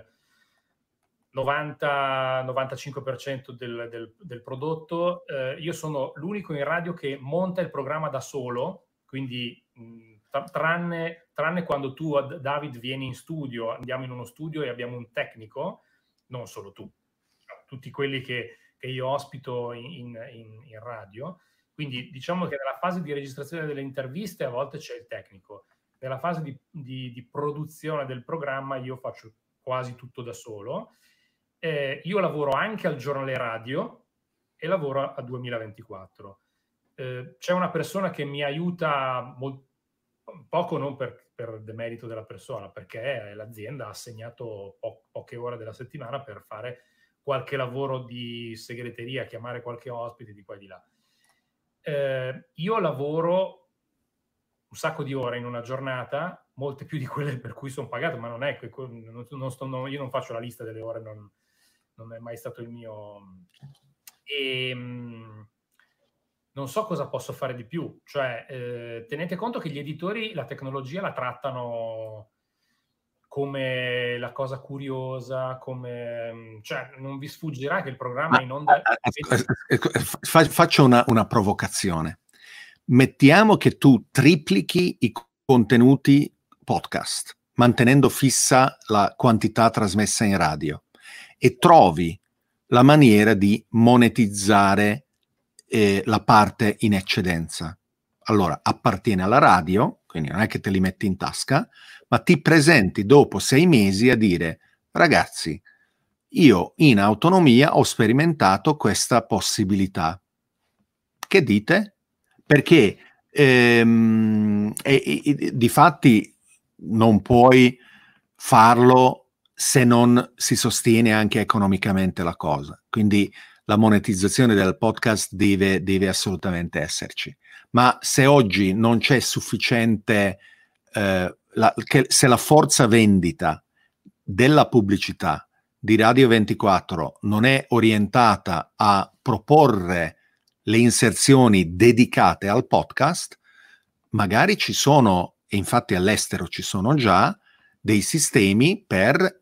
90-95% del prodotto. Io sono l'unico in radio che monta il programma da solo, quindi tranne quando tu, David, vieni in studio, andiamo in uno studio e abbiamo un tecnico, non solo tu, tutti quelli che io ospito in radio. Quindi diciamo che nella fase di registrazione delle interviste a volte c'è il tecnico, nella fase di produzione del programma io faccio quasi tutto da solo. Io lavoro anche al giornale radio e lavoro a 2024. C'è una persona che mi aiuta poco, non per demerito della persona, perché l'azienda ha assegnato poche ore della settimana per fare qualche lavoro di segreteria, chiamare qualche ospite di qua e di là. Io lavoro un sacco di ore in una giornata, molte più di quelle per cui sono pagato, ma non è che io non faccio la lista delle ore, non è mai stato il mio. E non so cosa posso fare di più. Cioè, tenete conto che gli editori la tecnologia la trattano come la cosa curiosa, cioè non vi sfuggirà che il programma in onda.
Faccio una provocazione. Mettiamo che tu triplichi i contenuti podcast, mantenendo fissa la quantità trasmessa in radio, e trovi la maniera di monetizzare la parte in eccedenza. Allora, appartiene alla radio, quindi non è che te li metti in tasca, ma ti presenti dopo 6 mesi a dire: ragazzi, io in autonomia ho sperimentato questa possibilità. Che dite? Perché difatti non puoi farlo se non si sostiene anche economicamente la cosa. Quindi la monetizzazione del podcast deve assolutamente esserci. Ma se oggi non c'è sufficiente, se la forza vendita della pubblicità di Radio 24 non è orientata a proporre le inserzioni dedicate al podcast, magari ci sono, e infatti all'estero ci sono già, dei sistemi per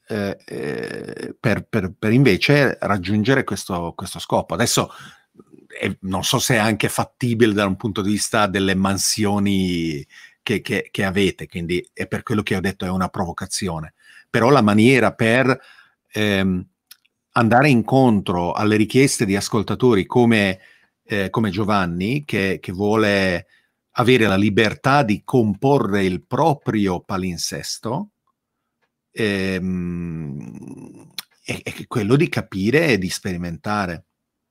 invece raggiungere questo scopo. Adesso non so se è anche fattibile da un punto di vista delle mansioni che avete, quindi è per quello che ho detto, è una provocazione. Però la maniera per andare incontro alle richieste di ascoltatori come Giovanni, che vuole avere la libertà di comporre il proprio palinsesto, è quello di capire e di sperimentare.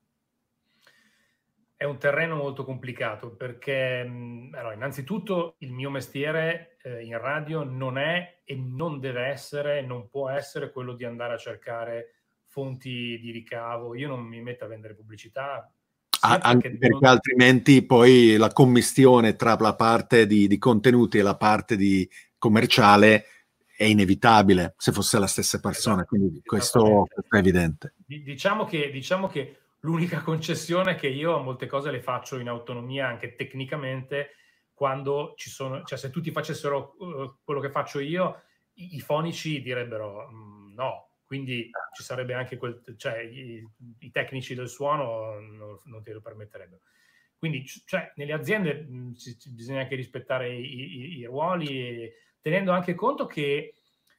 È un terreno molto complicato perché, allora, innanzitutto il mio mestiere in radio non è e non deve essere, non può essere quello di andare a cercare fonti di ricavo. Io non mi metto a vendere pubblicità.
Anche perché altrimenti poi la commistione tra la parte di contenuti e la parte di commerciale è inevitabile se fosse la stessa persona,
esatto,
quindi questo è evidente.
Diciamo che l'unica concessione è che io molte cose le faccio in autonomia anche tecnicamente, quando ci sono, cioè se tutti facessero quello che faccio io, i fonici direbbero no, quindi ci sarebbe anche i tecnici del suono non te lo permetterebbero. Quindi cioè, nelle aziende bisogna anche rispettare i ruoli, tenendo anche conto che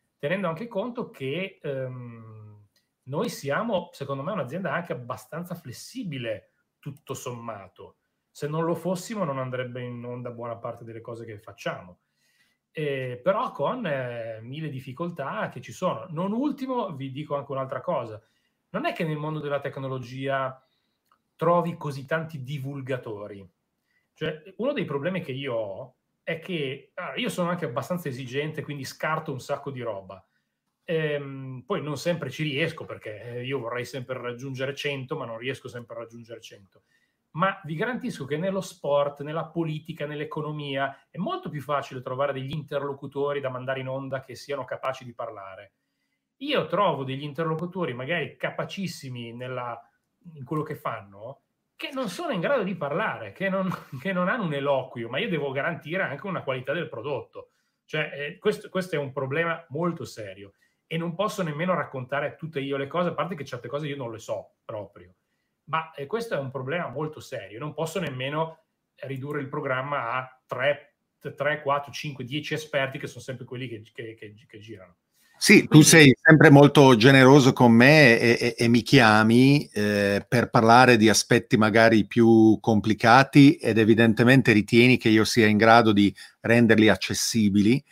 noi siamo, secondo me, un'azienda anche abbastanza flessibile, tutto sommato. Se non lo fossimo non andrebbe in onda buona parte delle cose che facciamo. Però con mille difficoltà che ci sono. Non ultimo, vi dico anche un'altra cosa. Non è che nel mondo della tecnologia trovi così tanti divulgatori. Cioè, uno dei problemi che io ho è che io sono anche abbastanza esigente, quindi scarto un sacco di roba. Poi non sempre ci riesco, perché io vorrei sempre raggiungere 100, ma non riesco sempre a raggiungere 100. Ma vi garantisco che nello sport, nella politica, nell'economia è molto più facile trovare degli interlocutori da mandare in onda che siano capaci di parlare. Io trovo degli interlocutori magari capacissimi in quello che fanno, che non sono in grado di parlare, che non hanno un eloquio, ma io devo garantire anche una qualità del prodotto. Cioè, questo è un problema molto serio e non posso nemmeno raccontare tutte io le cose, a parte che certe cose io non le so proprio. Ma questo è un problema molto serio. Non posso nemmeno ridurre il programma a 3, 4, 5, 10 esperti che sono sempre quelli che girano.
Sì, quindi, tu sei sempre molto generoso con me e mi chiami per parlare di aspetti magari più complicati ed evidentemente ritieni che io sia in grado di renderli accessibili,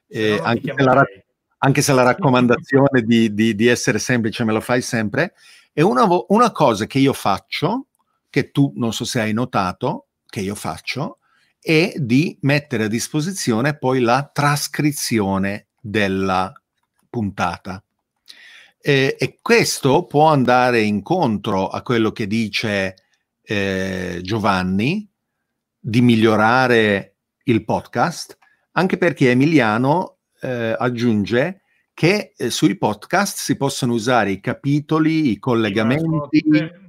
anche se la raccomandazione di essere semplice me lo fai sempre. E una cosa che io faccio, che tu non so se hai notato, che io faccio, è di mettere a disposizione poi la trascrizione della puntata. E questo può andare incontro a quello che dice Giovanni, di migliorare il podcast, anche perché Emiliano aggiunge che sui podcast si possono usare i capitoli, i collegamenti.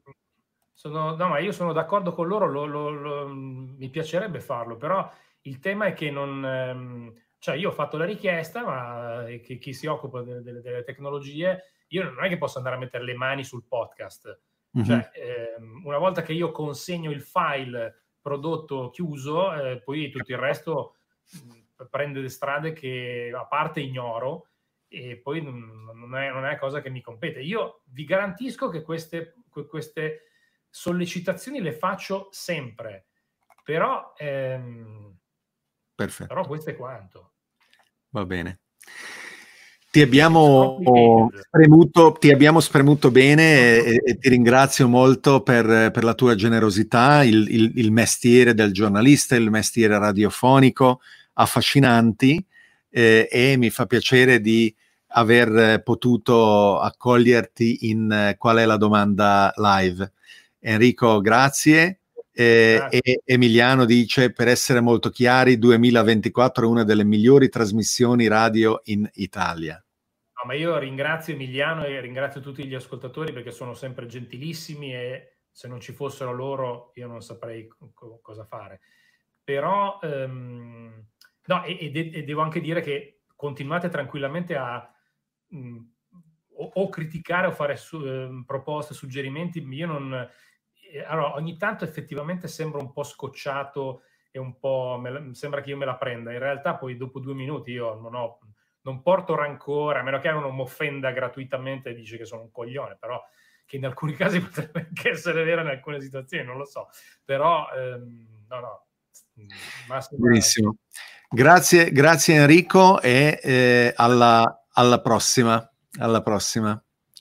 Ma io sono d'accordo con loro, mi piacerebbe farlo, però il tema è che cioè io ho fatto la richiesta, ma chi si occupa delle tecnologie, io non è che posso andare a mettere le mani sul podcast. Mm-hmm. Cioè, una volta che io consegno il file prodotto chiuso, poi tutto il resto prende le strade che a parte ignoro e poi non è cosa che mi compete. Io vi garantisco che queste sollecitazioni le faccio sempre, però
Perfetto.
però questo è quanto.
Va bene. Ti abbiamo spremuto bene e ti ringrazio molto per la tua generosità, il mestiere del giornalista, il mestiere radiofonico, affascinanti, e mi fa piacere di aver potuto accoglierti in Qual è la domanda live. Enrico, grazie. E Emiliano dice: per essere molto chiari, 2024 è una delle migliori trasmissioni radio in Italia.
No, ma io ringrazio Emiliano e ringrazio tutti gli ascoltatori perché sono sempre gentilissimi e se non ci fossero loro io non saprei cosa fare. Però no, e devo anche dire che continuate tranquillamente a o criticare o fare proposte, suggerimenti. Io non... Allora, ogni tanto effettivamente sembra un po' scocciato e un po' sembra che io me la prenda. In realtà poi dopo 2 minuti io non porto rancore, a meno che uno non mi offenda gratuitamente e dice che sono un coglione, però che in alcuni casi potrebbe anche essere vero in alcune situazioni, non lo so. Però no.
Benissimo. Grazie Enrico e alla prossima. Alla prossima.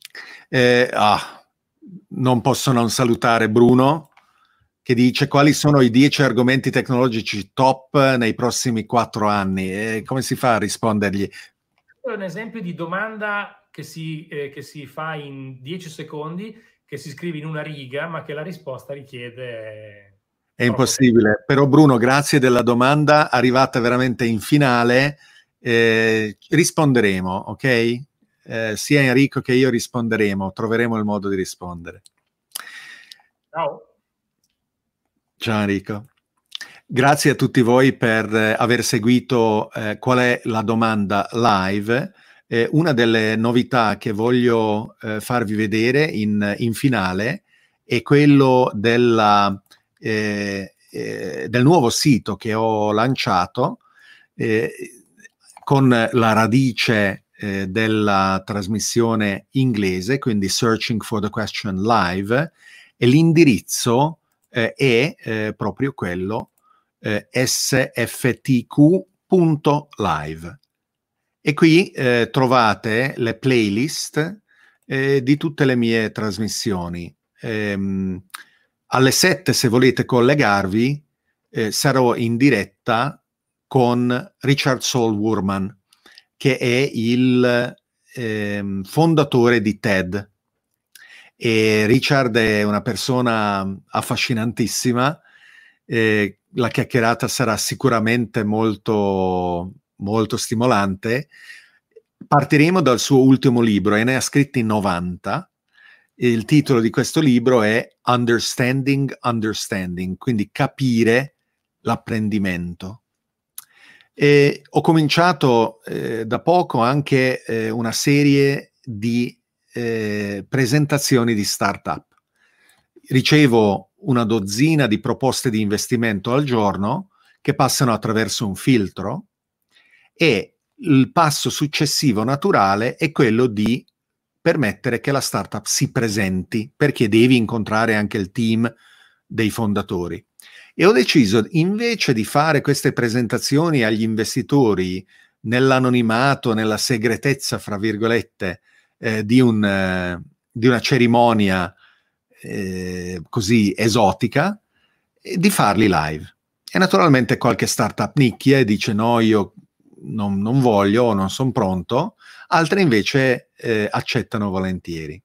Non posso non salutare Bruno, che dice: quali sono i 10 argomenti tecnologici top nei prossimi 4 anni? Come si fa a rispondergli?
È un esempio di domanda che si fa in 10 secondi, che si scrive in una riga, ma che la risposta richiede...
È impossibile. Però Bruno, grazie della domanda, arrivata veramente in finale. Risponderemo, ok? Sia Enrico che io risponderemo, troveremo il modo di rispondere.
Ciao.
Ciao Enrico. Grazie a tutti voi per aver seguito Qual è la domanda live. Una delle novità che voglio farvi vedere in finale è quello del nuovo sito che ho lanciato con la radice della trasmissione inglese, quindi Searching for the Question Live, e l'indirizzo è proprio quello sftq.live. E qui trovate le playlist di tutte le mie trasmissioni. Alle 7, se volete collegarvi, sarò in diretta con Richard Saul Wurman, che è il fondatore di TED. E Richard è una persona affascinantissima. La chiacchierata sarà sicuramente molto, molto stimolante. Partiremo dal suo ultimo libro, e ne ha scritti 90. Il titolo di questo libro è Understanding Understanding, quindi capire l'apprendimento. E ho cominciato da poco anche una serie di presentazioni di startup. Ricevo una dozzina di proposte di investimento al giorno che passano attraverso un filtro, e il passo successivo naturale è quello di permettere che la startup si presenti, perché devi incontrare anche il team dei fondatori. E ho deciso, invece di fare queste presentazioni agli investitori nell'anonimato, nella segretezza, fra virgolette, di una cerimonia così esotica, di farli live. E naturalmente qualche startup nicchia e dice: no, io non voglio, non sono pronto. Altre invece accettano volentieri.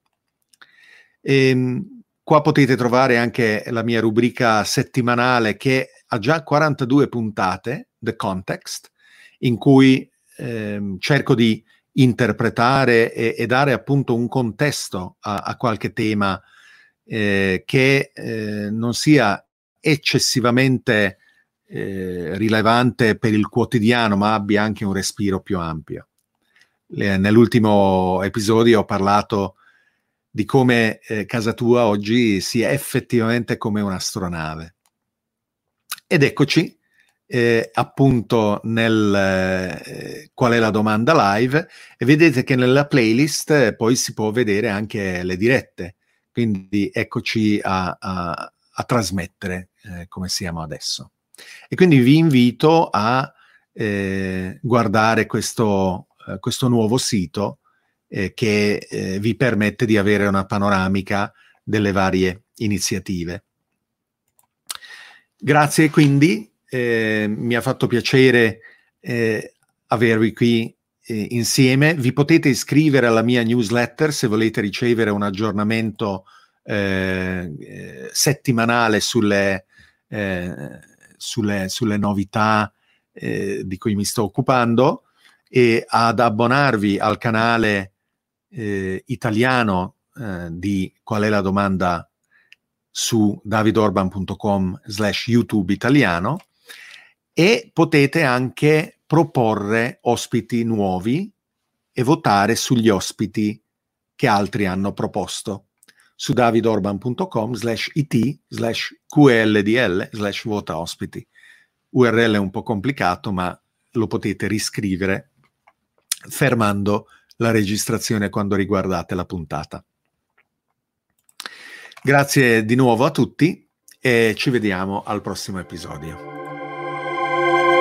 Qua potete trovare anche la mia rubrica settimanale, che ha già 42 puntate, The Context, in cui cerco di interpretare e dare appunto un contesto a qualche tema che non sia eccessivamente rilevante per il quotidiano, ma abbia anche un respiro più ampio. Nell'ultimo episodio ho parlato di come casa tua oggi sia effettivamente come un'astronave. Ed eccoci, appunto nel qual è la domanda live, e vedete che nella playlist poi si può vedere anche le dirette, quindi eccoci a trasmettere come siamo adesso. E quindi vi invito a guardare questo nuovo sito che vi permette di avere una panoramica delle varie iniziative. Grazie quindi. Mi ha fatto piacere avervi qui insieme. Vi potete iscrivere alla mia newsletter se volete ricevere un aggiornamento settimanale sulle novità di cui mi sto occupando, e ad abbonarvi al canale italiano di Qual è la domanda su davidorban.com/YouTube italiano, e potete anche proporre ospiti nuovi e votare sugli ospiti che altri hanno proposto su davidorban.com/it/QLDL/vota ospiti. URL è un po' complicato, ma lo potete riscrivere fermando la registrazione quando riguardate la puntata. Grazie di nuovo a tutti e ci vediamo al prossimo episodio.